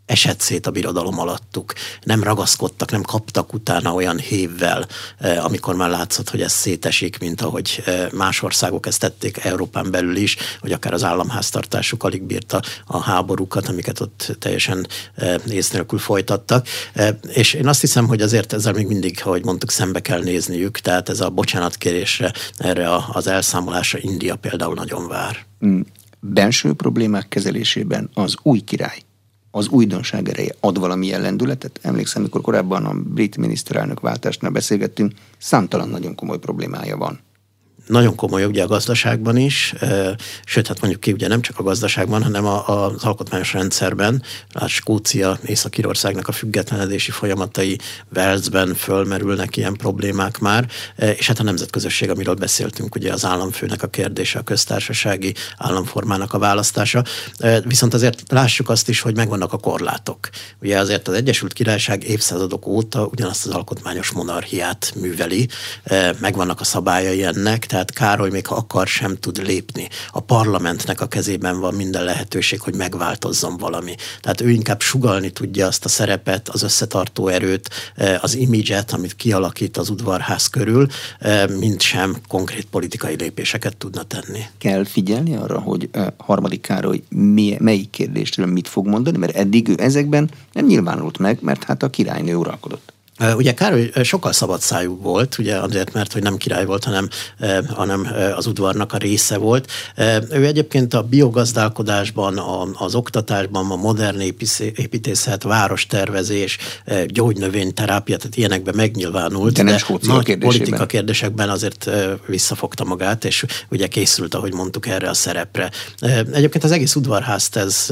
esett szét a birodalom alattuk. Nem ragaszkodtak, nem kaptak utána olyan hévvel, amikor már látszott, hogy ez szétesik, mint ahogy más országok ezt tették Európán belül is, hogy akár az államháztartásuk alig bírta a háborúkat, amiket ott teljesen ész nélkül folytattak. És én azt hiszem, hogy azért ezzel még mindig, ahogy mondtuk, szembe kell nézniük, tehát ez a bocsánatkérésre, erre az elszámolásra India például nagyon vár. Belső problémák kezelésében az új király, az újdonság ereje ad valami lendületet? Emlékszem, amikor korábban a brit miniszterelnök váltásnál beszélgettünk, számtalan nagyon komoly problémája van. Nagyon komoly ugye a gazdaságban is, sőt, hát mondjuk ki ugye nem csak a gazdaságban, hanem a, az alkotmányos rendszerben, a Skócia, Észak-Írországnak a függetlenedési folyamatai, Walesben fölmerülnek ilyen problémák már, és hát a nemzetközösség, amiről beszéltünk, ugye az államfőnek a kérdése, a köztársasági államformának a választása, viszont azért lássuk azt is, hogy megvannak a korlátok. Ugye azért az Egyesült Királyság évszázadok óta ugyanazt az alkotmányos monarchiát műveli, megvannak a szabályai ennek, tehát Károly még ha akar, sem tud lépni. A parlamentnek a kezében van minden lehetőség, hogy megváltozzon valami. Tehát ő inkább sugallni tudja azt a szerepet, az összetartó erőt, az imidzset, amit kialakít az udvarház körül, mint sem konkrét politikai lépéseket tudna tenni. Kell figyelni arra, hogy harmadik Károly melyik kérdéstől mit fog mondani, mert eddig ő ezekben nem nyilvánult meg, mert hát a királynő uralkodott. Ugye Károly sokkal szabadszájú volt, ugye azért, mert hogy nem király volt, hanem, hanem az udvarnak a része volt. Ő egyébként a biogazdálkodásban, az oktatásban, a modern építészet, várostervezés, gyógynövényterápia, tehát ilyenekben megnyilvánult, de, de nagy kérdésében. politika kérdésekben azért visszafogta magát, és ugye készült, ahogy mondtuk, erre a szerepre. Egyébként az egész udvarházt, ez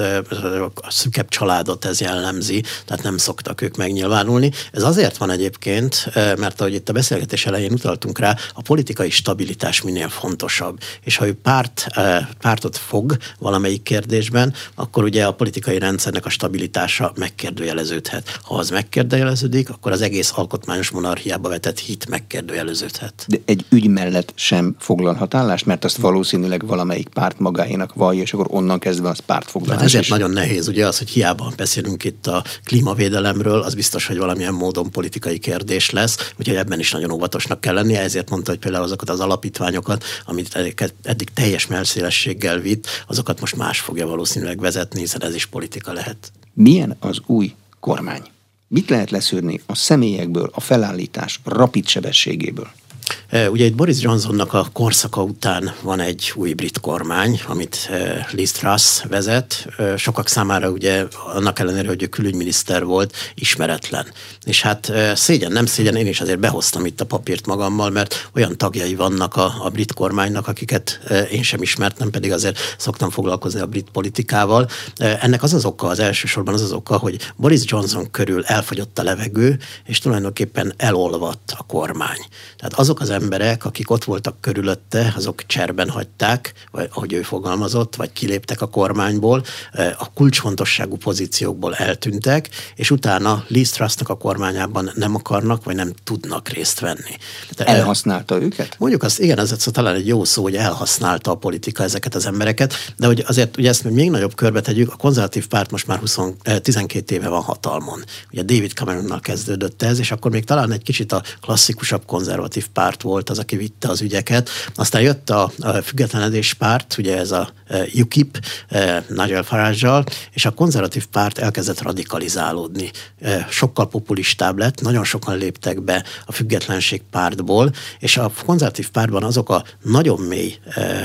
a szükebb családot ez jellemzi, tehát nem szoktak ők megnyilvánulni. Ez azért van egyébként, mert ahogy itt a beszélgetés elején utaltunk rá, a politikai stabilitás minél fontosabb. És ha ő párt, pártot fog valamelyik kérdésben, akkor ugye a politikai rendszernek a stabilitása megkérdőjeleződhet. Ha az megkérdőjeleződik, akkor az egész alkotmányos monarchiába vetett hit megkérdőjeleződhet. De egy ügy mellett sem foglalhat állást, mert azt valószínűleg valamelyik párt magáénak vallja, és akkor onnan kezdve az pártfoglalás. Hát ezért is. Nagyon nehéz, ugye az, hogy hiába beszélünk itt a klímavédelemről, az biztos, hogy valamilyen módon politikai kérdés lesz, úgyhogy ebben is nagyon óvatosnak kell lennie, ezért mondta, hogy például azokat az alapítványokat, amit eddig teljes melszélességgel vitt, azokat most más fogja valószínűleg vezetni, hiszen ez is politika lehet. Milyen az új kormány? Mit lehet leszűrni a személyekből, a felállítás rapid sebességéből? Ugye itt Boris Johnsonnak a korszaka után van egy új brit kormány, amit Liz Truss vezet. Sokak számára ugye annak ellenére, hogy ő külügyminiszter volt, ismeretlen. És hát szégyen, nem szégyen, én is azért behoztam itt a papírt magammal, mert olyan tagjai vannak a, a brit kormánynak, akiket én sem ismertem, pedig azért szoktam foglalkozni a brit politikával. Ennek az az oka, az elsősorban az az oka, hogy Boris Johnson körül elfogyott a levegő, és tulajdonképpen elolvadt a kormány. Tehát azok az emberek, akik ott voltak körülötte, azok cserben hagyták, vagy ahogy ő fogalmazott, vagy kiléptek a kormányból, a kulcsfontosságú pozíciókból eltűntek, és utána Liz Trussnak a kormányában nem akarnak, vagy nem tudnak részt venni. Tehát elhasználta el, őket? Mondjuk azt, igen, ez szó, talán egy jó szó, hogy elhasználta a politika ezeket az embereket, de hogy azért ugye ezt még nagyobb körbe tegyük, a konzervatív párt most már húsz, tizenkét éve van hatalmon. Ugye David Cameronnal kezdődött ez, és akkor még talán egy kicsit a klasszikusabb konzervatív párt volt az, aki vitte az ügyeket. Aztán jött a, a függetlenedés párt, ugye ez a U K I P, Nigel Farage-zal, és a konzervatív párt elkezdett radikalizálódni. Sokkal populistább lett, nagyon sokan léptek be a függetlenség pártból, és a konzervatív pártban azok a nagyon mély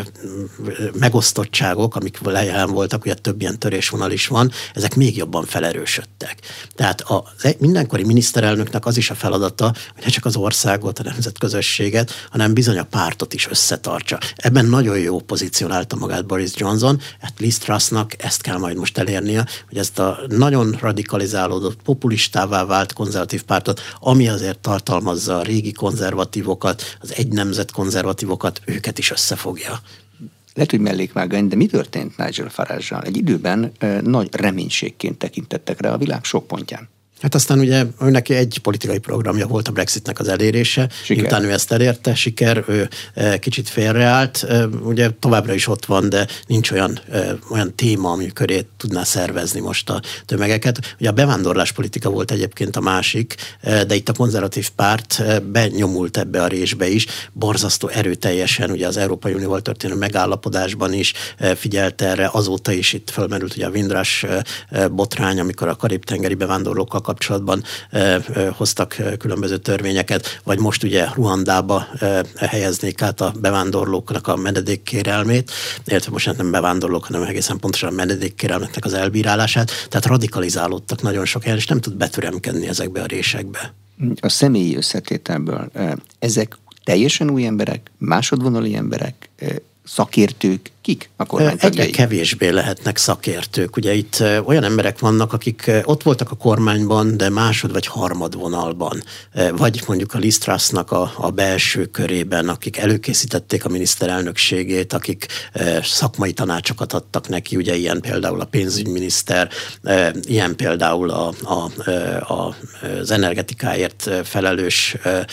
megosztottságok, amik jelen voltak, ugye több ilyen törésvonal is van, ezek még jobban felerősödtek. Tehát a mindenkori miniszterelnöknek az is a feladata, hogy ne csak az országot, a nemzetközösséget, hanem bizony a pártot is összetartsa. Ebben nagyon jó pozícionálta magát Boris Johnson, hát Liz Trussnak ezt kell majd most elérnie, hogy ezt a nagyon radikalizálódott, populistává vált konzervatív pártot, ami azért tartalmazza a régi konzervatívokat, az egy nemzet konzervatívokat, őket is összefogja. Lehet, hogy mellékvágány, de mi történt Nigel Farage-sal? Egy időben e, nagy reménységként tekintettek rá a világ sok pontján. Hát aztán ugye neki egy politikai programja volt a Brexitnek az elérése, siker. Miután ő ezt elérte, siker, ő kicsit félreállt, ugye továbbra is ott van, de nincs olyan, olyan téma, ami köré tudná szervezni most a tömegeket. Ugye a bevándorláspolitika volt egyébként a másik, de itt a konzervatív párt benyomult ebbe a résbe is, borzasztó erőteljesen, ugye az Európai Unióval történő megállapodásban is figyelt erre, azóta is itt fölmerült ugye a Windrush botrány, amikor a karib-tengeri bevándorlókkal kapcsolatban hoztak különböző törvényeket, vagy most ugye Ruandába helyeznék át a bevándorlóknak a menedékkérelmét, illetve most nem bevándorlók, hanem egészen pontosan a menedékkérelmeknek az elbírálását, tehát radikalizálódtak nagyon sok helyen, és nem tud betüremkedni ezekbe a résekbe. A személyi összetételből ezek teljesen új emberek, másodvonali emberek, szakértők, kik a kormány tagjai? Egyre kevésbé lehetnek szakértők. Ugye itt olyan emberek vannak, akik ott voltak a kormányban, de másod vagy harmad vonalban. Vagy mondjuk a Liz Trussnak a, a belső körében, akik előkészítették a miniszterelnökségét, akik szakmai tanácsokat adtak neki, ugye ilyen például a pénzügyminiszter, ilyen például a, a, a, az energetikáért felelős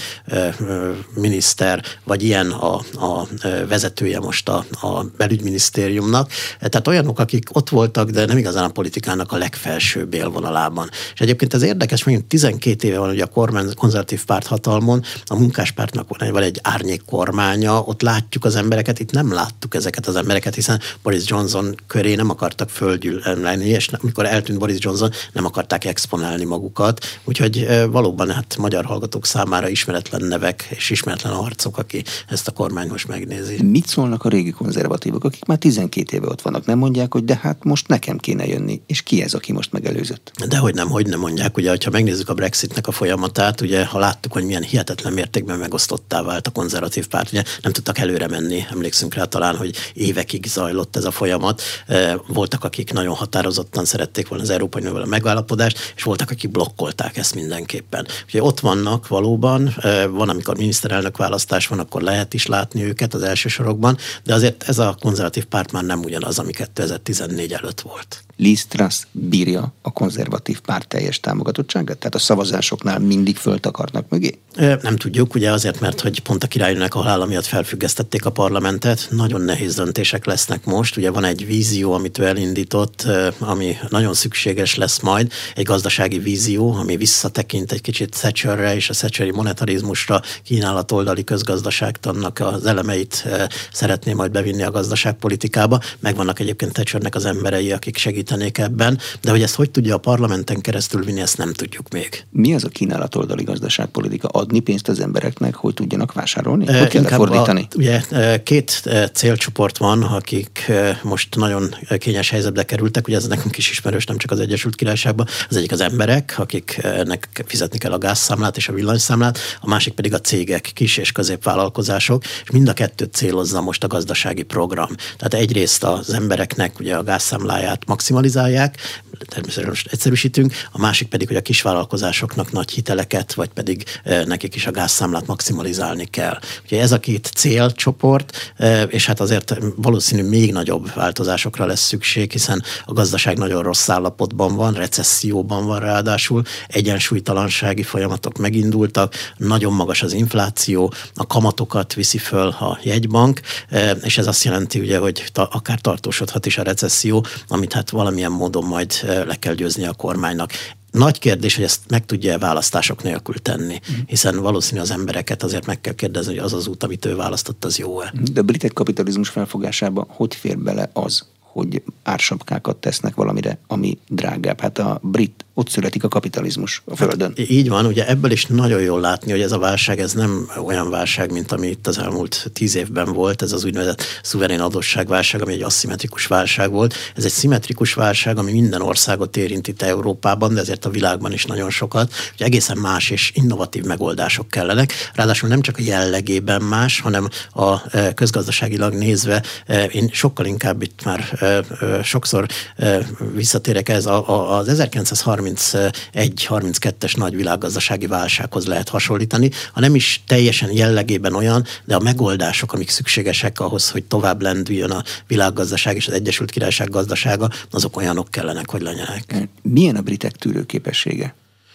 miniszter, vagy ilyen a, a vezetője most a, a belügyminisztériumnak. Tehát olyanok, akik ott voltak, de nem igazán a politikának a legfelsőbb élvonalában. És egyébként ez érdekes, mondjuk tizenkét éve van ugye a kormány, konzervatív párt hatalmon, a munkáspártnak van egy árnyék kormánya, ott látjuk az embereket, itt nem láttuk ezeket az embereket, hiszen Boris Johnson köré nem akartak földgyűlölni, és amikor eltűnt Boris Johnson, nem akarták exponálni magukat. Úgyhogy valóban hát magyar hallgatók számára ismeretlen nevek és ismeretlen arcok, aki ezt a kormány most megnézi. Mit szólnak a régi konzervatívok, akik már tizenkét éve ott vannak, nem mondják, hogy de hát most nekem kéne jönni, és ki ez, aki most megelőzött? Dehogy nem, hogy nem mondják. Ugye, ha megnézzük a Brexitnek a folyamatát, ugye, ha láttuk, hogy milyen hihetetlen mértékben megosztottá vált a konzervatív párt, ugye nem tudtak előre menni, emlékszünk rá talán, hogy évekig zajlott ez a folyamat. Voltak, akik nagyon határozottan szerették volna az Európai Unióval a megállapodást, és voltak, akik blokkolták ezt mindenképpen. Ugye ott vannak valóban, van, amikor miniszterelnök választás van, akkor lehet is látni őket az első sorokban, de azért ez a konzervatív párt már nem ugyanaz, ami kétezer-tizennégy előtt volt. Liz Truss bírja a konzervatív párt teljes támogatottságát? Tehát a szavazásoknál mindig föltakarnak mögé? Nem tudjuk, ugye azért, mert hogy pont a királynőnek a halála miatt felfüggesztették a parlamentet. Nagyon nehéz döntések lesznek most. Ugye van egy vízió, amit ő elindított, ami nagyon szükséges lesz majd. Egy gazdasági vízió, ami visszatekint egy kicsit Thatcherre és a Thatcheri monetarizmusra, kínálat oldali közgazdaságtannak az elemeit szeretné majd bevinni a gazdaságpolitikába. Megvannak egyébként Thatchernek az emberei, akik segítenék ebben, de hogy ezt hogy tudja a parlamenten keresztül vinni, ezt nem tudjuk még. Mi az a kínálat oldali gazdaságpolitika? Adni pénzt az embereknek, hogy tudjanak vásárolni? Hogy kell fordítani? A, ugye két célcsoport van, akik most nagyon kényes helyzetbe kerültek, ugye ez nekünk is ismerős, nem csak az Egyesült Királyságban. Az egyik az emberek, akiknek fizetni kell a gázszámlát és a villanyszámlát, a másik pedig a cégek, kis és középvállalkozások, és mind a kettőt célozza most a gazdasági program. Tehát egyrészt az embereknek ugye a gázszámláját maximalizálják, természetesen most egyszerűsítünk, a másik pedig, hogy a kisvállalkozásoknak nagy hiteleket, vagy pedig nekik is a gázszámlát maximalizálni kell. Ugye ez a két célcsoport, és hát azért valószínű még nagyobb változásokra lesz szükség, hiszen a gazdaság nagyon rossz állapotban van, recesszióban van ráadásul, egyensúlytalansági folyamatok megindultak, nagyon magas az infláció, a kamatokat viszi föl a jegybank, és ez azt jelenti, ugye, hogy ta, akár tartósodhat is a recesszió, amit hát valamilyen módon majd le kell győzni a kormánynak. Nagy kérdés, hogy ezt meg tudja választások nélkül tenni, hiszen valószínű az embereket azért meg kell kérdezni, hogy az az út, amit ő választott, az jó-e. De a britek kapitalizmus felfogásába hogy fér bele az, hogy ársapkákat tesznek valamire, ami drágább? Hát a brit, ott születik a kapitalizmus a földön. Hát, így van, ugye ebből is nagyon jól látni, hogy ez a válság, ez nem olyan válság, mint ami itt az elmúlt tíz évben volt, ez az úgynevezett szuverén adósságválság, ami egy aszimmetrikus válság volt. Ez egy szimmetrikus válság, ami minden országot érint itt Európában, de ezért a világban is nagyon sokat, hogy egészen más és innovatív megoldások kellenek. Ráadásul nem csak a jellegében más, hanem a közgazdaságilag nézve én sokkal inkább itt már sokszor visszatérek ez az ezerkilencszázharmincegy harminckettes nagy világgazdasági válsághoz lehet hasonlítani, ha nem is teljesen jellegében olyan, de a megoldások, amik szükségesek ahhoz, hogy tovább lendüljön a világgazdaság és az Egyesült Királyság gazdasága, azok olyanok kellenek, hogy legyenek. Milyen a britek tűrőképessége?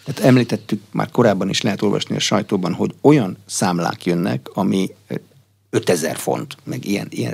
Tehát említettük, már korábban is lehet olvasni a sajtóban, hogy olyan számlák jönnek, ami ötezer font, meg ilyen, ilyen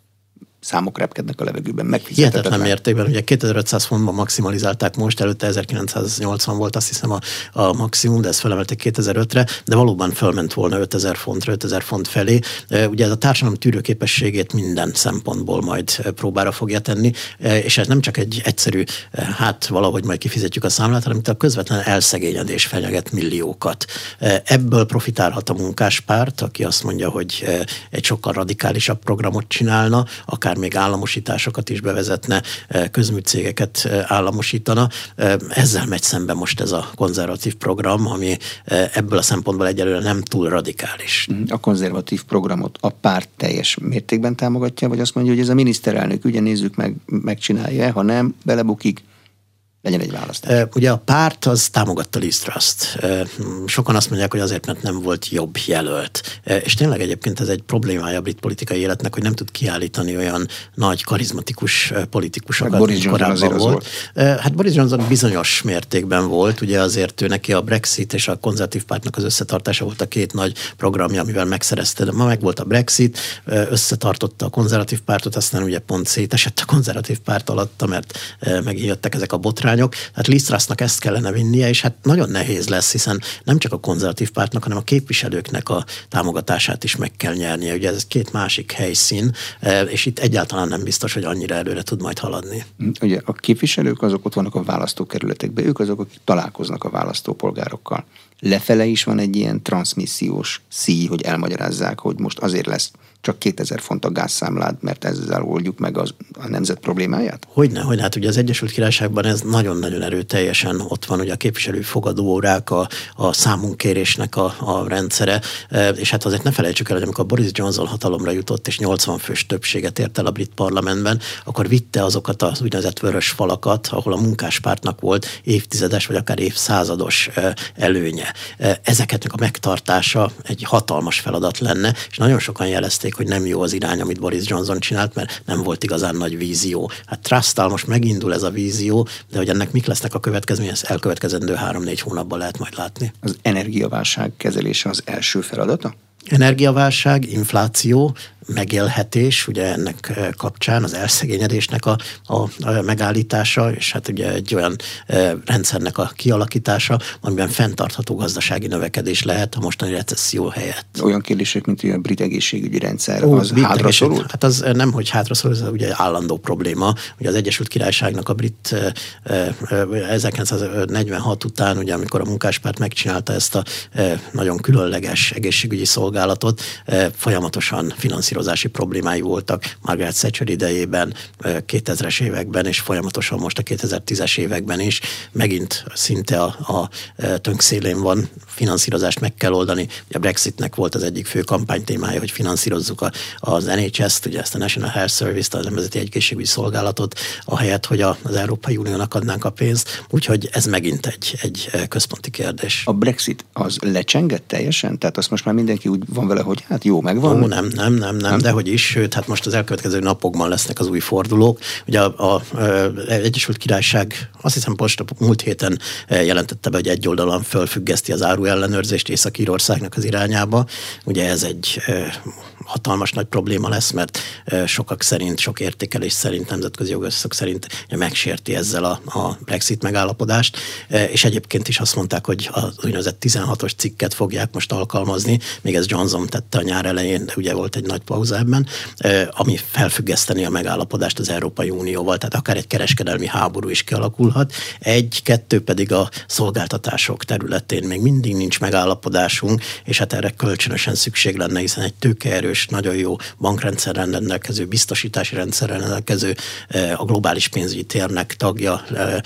számok repkednek a levegőben, megfizethetetlen. Hihetetlen mértékben, ugye kétezer-ötszáz fontban maximalizálták most, előtte ezerkilencszáznyolcvan volt azt hiszem a, a maximum, de ezt felemelték kétezer-ötre, de valóban fölment volna ötezer fontra, ötezer font felé. Ugye ez a társadalom tűrőképességét minden szempontból majd próbára fogja tenni, és ez nem csak egy egyszerű, hát valahogy majd kifizetjük a számlát, hanem itt a közvetlen elszegényedés fenyeget milliókat. Ebből profitálhat a munkáspárt, aki azt mondja, hogy egy sokkal radikálisabb programot csinálna, akár még államosításokat is bevezetne, közműcégeket államosítana. Ezzel megy szembe most ez a konzervatív program, ami ebből a szempontból egyelőre nem túl radikális. A konzervatív programot a párt teljes mértékben támogatja, vagy azt mondja, hogy ez a miniszterelnök ügye, nézzük meg, megcsinálja, ha nem, belebukik, legyen egy választás. Ugye a párt az támogatta Liz Truss-t. Sokan azt mondják, hogy azért, mert nem volt jobb jelölt. És tényleg egyébként ez egy problémája a brit politikai életnek, hogy nem tud kiállítani olyan nagy, karizmatikus politikusokat, hát Boris Johnson azért volt. volt. Hát Boris Johnson bizonyos mértékben volt, ugye azért ő neki a Brexit és a konzervatív pártnak az összetartása volt a két nagy programja, amivel megszerezte. De ma meg volt a Brexit, összetartotta a konzervatív pártot, aztán ugye pont szétesett a konzervatív párt alatta, mert megint jöttek ezek a botrányok. Tehát Liz Trussnak ezt kellene vinnie, és hát nagyon nehéz lesz, hiszen nem csak a konzervatív pártnak, hanem a képviselőknek a támogatását is meg kell nyernie. Ugye ez két másik helyszín, és itt egyáltalán nem biztos, hogy annyira előre tud majd haladni. Ugye a képviselők azok ott vannak a választókerületekben, ők azok, akik találkoznak a választópolgárokkal. Lefele is van egy ilyen transzmissziós szíj, hogy elmagyarázzák, hogy most azért lesz csak kétezer font a gázszámlád, mert ezzel oldjuk meg az, a nemzet problémáját? Hogyne, hogy hát ugye az Egyesült Királyságban ez nagyon-nagyon erőteljesen ott van, ugye a képviselői fogadóórák, a, a számunkérésnek a, a rendszere, és hát azért ne felejtsük el, hogy amikor Boris Johnson hatalomra jutott, és nyolcvan fős többséget ért el a brit parlamentben, akkor vitte azokat az úgynevezett vörös falakat, ahol a munkáspártnak volt évtizedes, vagy akár évszázados előnye. Ezeknek a megtartása egy hatalmas feladat lenne, és nagyon sokan jelezték, hogy nem jó az irány, amit Boris Johnson csinált, mert nem volt igazán nagy vízió. Hát Truss-tal most megindul ez a vízió, de hogy ennek mik lesznek a következmények, ezt elkövetkezendő három-négy hónapban lehet majd látni. Az energiaválság kezelése az első feladata? Energiaválság, infláció, megélhetés, ugye ennek kapcsán az elszegényedésnek a, a, a megállítása, és hát ugye egy olyan e, rendszernek a kialakítása, amiben fenntartható gazdasági növekedés lehet a mostani recesszió helyett. Olyan kérdések, mint a brit egészségügyi rendszer, Ó, az hátraszorult? Hát az nem, hogy hátraszorult, ez ugye állandó probléma. Ugye az Egyesült Királyságnak a brit e, e, ezerkilencszáznegyvenhat után, ugye amikor a munkáspárt megcsinálta ezt a e, nagyon különleges egészségügyi szolgálatot, e, folyamatosan finanszírozási problémái voltak Margaret Thatcher idejében, kétezres években, és folyamatosan most a kétezer-tízes években is. Megint szinte a, a tönkszélén van, finanszírozást meg kell oldani. A Brexitnek volt az egyik fő kampánytémája, hogy finanszírozzuk a, az en há es-t, ugye ezt a National Health Service-t, a Nemzeti Egészségügyi Szolgálatot, ahelyett, hogy az Európai Uniónak adnánk a pénzt. Úgyhogy ez megint egy, egy központi kérdés. A Brexit az lecsengett teljesen? Tehát azt most már mindenki úgy van vele, hogy hát jó, megvan? Ó, nem, nem, nem, nem, de hogy is, sőt, hát most az elkövetkező napokban lesznek az új fordulók. Ugye a, a, a Egyesült Királyság azt hiszem most a múlt héten jelentette be, hogy egy oldalon fölfüggeszti az áruellenőrzést Észak-Írországnak az irányába. Ugye ez egy hatalmas nagy probléma lesz, mert sokak szerint, sok értékelés szerint, nemzetközi jogászok szerint megsérti ezzel a, a Brexit megállapodást, és egyébként is azt mondták, hogy az úgynevezett tizenhatos cikket fogják most alkalmazni, még ez Johnson tette a nyár elején, de ugye volt egy nagy pauza ebben, ami felfüggeszteni a megállapodást az Európai Unióval, tehát akár egy kereskedelmi háború is kialakulhat. Egy, kettő pedig a szolgáltatások területén még mindig nincs megállapodásunk, és hát erre kölcsönösen szükség lenne, hiszen egy tőkeerős, nagyon jó bankrendszerrel rendelkező, biztosítási rendszerrel rendelkező, a globális pénzügyi térnek tagja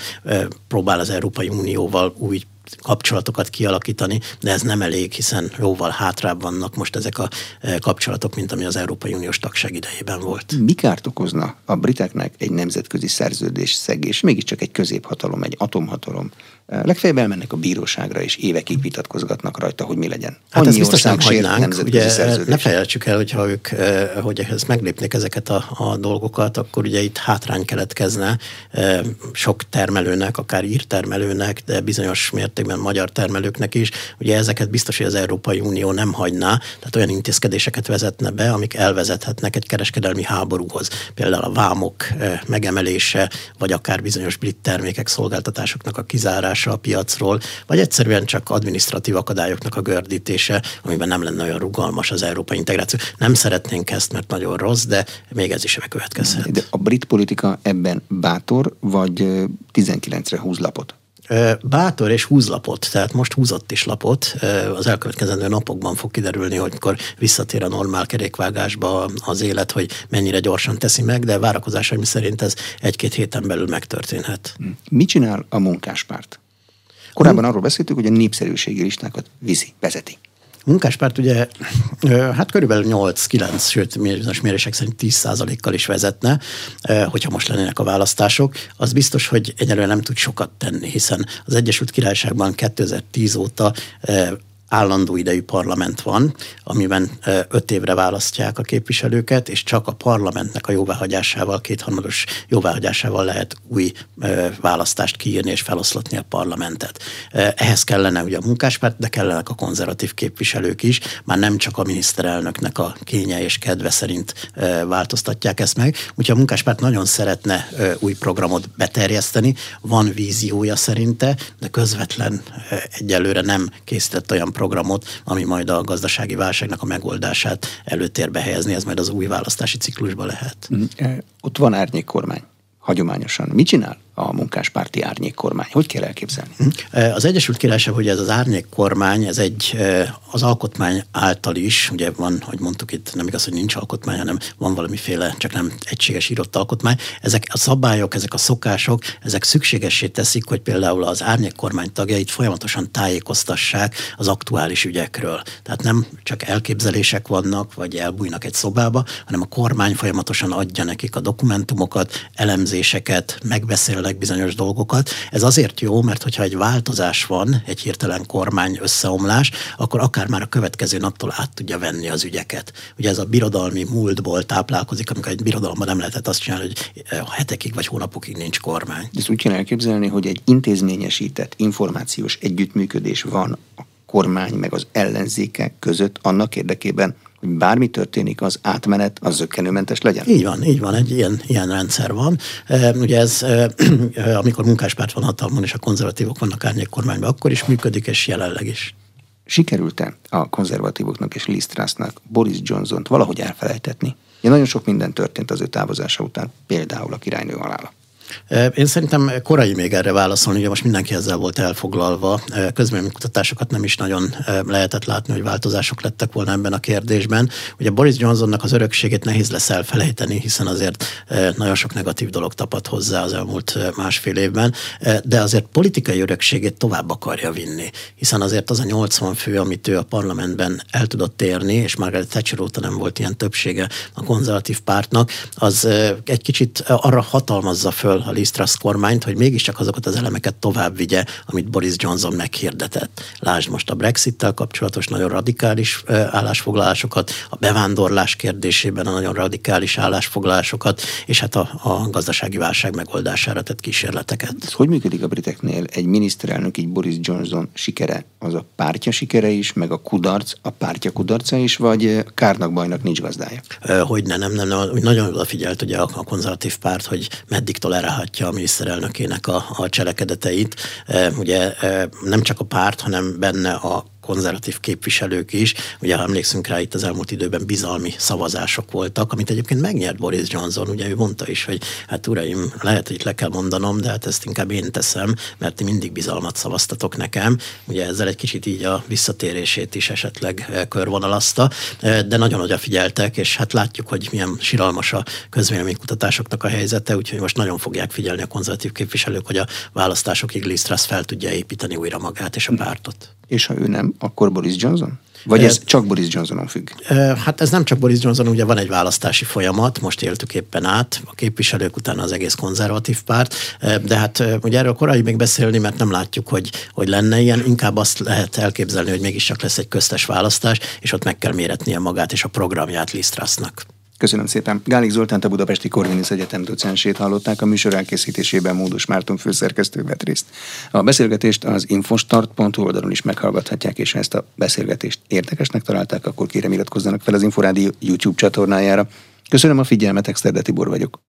próbál az Európai Unióval új kapcsolatokat kialakítani, de ez nem elég, hiszen jóval hátrább vannak most ezek a kapcsolatok, mint ami az Európai Uniós tagság idejében volt. Mi kárt okozna a briteknek egy nemzetközi szerződés szegés? Mégiscsak egy középhatalom, egy atomhatalom Legfeljebb elmennek a bíróságra, és évekig vitatkozgatnak rajta, hogy mi legyen. Hát Annyi ezt biztos nem ország sért hagynánk. Ugye ne ne felejtsük el, hogyha ők, hogy ehhez meglépnék ezeket a, a dolgokat, akkor ugye itt hátrány keletkezne sok termelőnek, akár írtermelőnek, de bizonyos mértékben magyar termelőknek is. Ugye ezeket biztos, hogy az Európai Unió nem hagyná, tehát olyan intézkedéseket vezetne be, amik elvezethetnek egy kereskedelmi háborúhoz. Például a vámok megemelése, vagy akár bizonyos brit termékek, szolgáltatásoknak a kizárása a piacról, vagy egyszerűen csak adminisztratív akadályoknak a gördítése, amiben nem lenne olyan rugalmas az európai integráció. Nem szeretnénk ezt, mert nagyon rossz, de még ez is bekövetkezhet. De a brit politika ebben bátor, vagy tizenkilencre húz lapot? Bátor és húz lapot, tehát most húzott is lapot. Az elkövetkezendő napokban fog kiderülni, hogy mikor visszatér a normál kerékvágásba az élet, hogy mennyire gyorsan teszi meg, de várakozásaim szerint ez egy-két héten belül megtörténhet. Mit csinál a munkáspárt? Korábban arról beszéltük, hogy a népszerűségi listákat viszi, vezeti. A munkáspárt ugye hát körülbelül nyolc-kilenc, sőt bizonyos mérések szerint tíz százalékkal is vezetne, hogyha most lennének a választások. Az biztos, hogy egyelőre nem tud sokat tenni, hiszen az Egyesült Királyságban kétezer-tíz óta állandó idejű parlament van, amiben öt évre választják a képviselőket, és csak a parlamentnek a jóváhagyásával, kétharmados jóváhagyásával lehet új választást kiírni és feloszlatni a parlamentet. Ehhez kellene ugye a munkáspárt, de kellenek a konzervatív képviselők is, már nem csak a miniszterelnöknek a kénye és kedve szerint változtatják ezt meg. Úgyhogy a munkáspárt nagyon szeretne új programot beterjeszteni, van víziója szerinte, de közvetlen egyelőre nem készített olyan programot, ami majd a gazdasági válságnak a megoldását előtérbe helyezni, ez majd az új választási ciklusban lehet. Ott van árnyékkormány, hagyományosan. Mit csinál a munkáspárti árnyékkormány? Hogy kell elképzelni? Az Egyesült Királyság, hogy ez az árnyékkormány, ez egy az alkotmány által is, ugye van, hogy mondtuk itt, nem igaz, hogy nincs alkotmány, hanem van valamiféle, csak nem egységes írott alkotmány. Ezek a szabályok, ezek a szokások, ezek szükségessé teszik, hogy például az árnyékkormány tagjait folyamatosan tájékoztassák az aktuális ügyekről. Tehát nem csak elképzelések vannak, vagy elbújnak egy szobába, hanem a kormány folyamatosan adja nekik a dokumentumokat, elemzéseket, megbeszélnek bizonyos dolgokat. Ez azért jó, mert hogyha egy változás van, egy hirtelen kormány összeomlás, akkor akár már a következő naptól át tudja venni az ügyeket. Ugye ez a birodalmi múltból táplálkozik, amikor egy birodalomban nem lehetett azt csinálni, hogy hetekig vagy hónapokig nincs kormány. Ezt úgy kell elképzelni, hogy egy intézményesített információs együttműködés van a kormány meg az ellenzéke között annak érdekében, hogy bármi történik, az átmenet az zökkenőmentes legyen? Így van, így van, egy ilyen, ilyen rendszer van. Ugye ez, amikor munkáspárt van hatalmon, és a konzervatívok vannak árnyékkormányban, akkor is működik, és jelenleg is. Sikerült-e a konzervatívoknak és Liz Trussnak Boris Johnsont valahogy elfelejtetni? Ja, nagyon sok minden történt az ő távozása után, például a királynő halála. Én szerintem korai még erre válaszolni, ugye most mindenki ezzel volt elfoglalva. Közvéleménykutatásokat nem is nagyon lehetett látni, hogy változások lettek volna ebben a kérdésben. Ugye Boris Johnsonnak az örökségét nehéz lesz elfelejteni, hiszen azért nagyon sok negatív dolog tapadt hozzá az elmúlt másfél évben, de azért politikai örökségét tovább akarja vinni, hiszen azért az a nyolcvan fő, amit ő a parlamentben el tudott érni, és Margaret Thatcher óta nem volt ilyen többsége a konzervatív pártnak, az egy kicsit arra hatalmazza föl a Liz Truss kormányt, hogy mégiscsak azokat az elemeket tovább vigye, amit Boris Johnson meghirdetett. Lásd most a Brexittel kapcsolatos nagyon radikális állásfoglalásokat, a bevándorlás kérdésében a nagyon radikális állásfoglalásokat, és hát a, a gazdasági válság megoldására tett kísérleteket. Ez hogy működik a briteknél? Egy miniszterelnök, így Boris Johnson sikere, az a pártja sikere is, meg a kudarc, a pártja kudarca is, vagy kárnak bajnak nincs gazdája? Hogyne, nem, nem, nem. Nagyon odafigyelt ugye a konzervatív párt, hogy meddig tolerálhatja a miniszterelnökének a, a cselekedeteit. Ugye nem csak a párt, hanem benne a konzervatív képviselők is. Ugye, ha emlékszünk rá, itt az elmúlt időben bizalmi szavazások voltak, amit egyébként megnyert Boris Johnson. Ugye ő mondta is, hogy hát uraim, lehet, hogy itt le kell mondanom, de hát ezt inkább én teszem, mert ti mindig bizalmat szavaztatok nekem. Ugye ezzel egy kicsit így a visszatérését is esetleg körvonalazta, de nagyon odafigyeltek, és hát látjuk, hogy milyen siralmas a közvéleménykutatásoknak a helyzete, úgyhogy most nagyon fogják figyelni a konzervatív képviselők, hogy a választásokig Liz Truss fel tudja építeni újra magát és a pártot. És ha ő nem, akkor Boris Johnson? Vagy ez csak Boris Johnsonon függ? Hát ez nem csak Boris Johnson, ugye van egy választási folyamat, most éltük éppen át, a képviselők után az egész konzervatív párt, de hát ugye erről korai még beszélni, mert nem látjuk, hogy, hogy lenne ilyen, inkább azt lehet elképzelni, hogy mégiscsak lesz egy köztes választás, és ott meg kell méretnie magát és a programját Liz Trussnak. Köszönöm szépen. Gálik Zoltánt, a Budapesti Corvinus Egyetem docensét hallották, a műsor elkészítésében Módos Márton főszerkesztő vett részt. A beszélgetést az infostart pont hu oldalon is meghallgathatják, és ha ezt a beszélgetést érdekesnek találták, akkor kérem iratkozzanak fel az Inforádió YouTube csatornájára. Köszönöm a figyelmet, Exterde Tibor vagyok.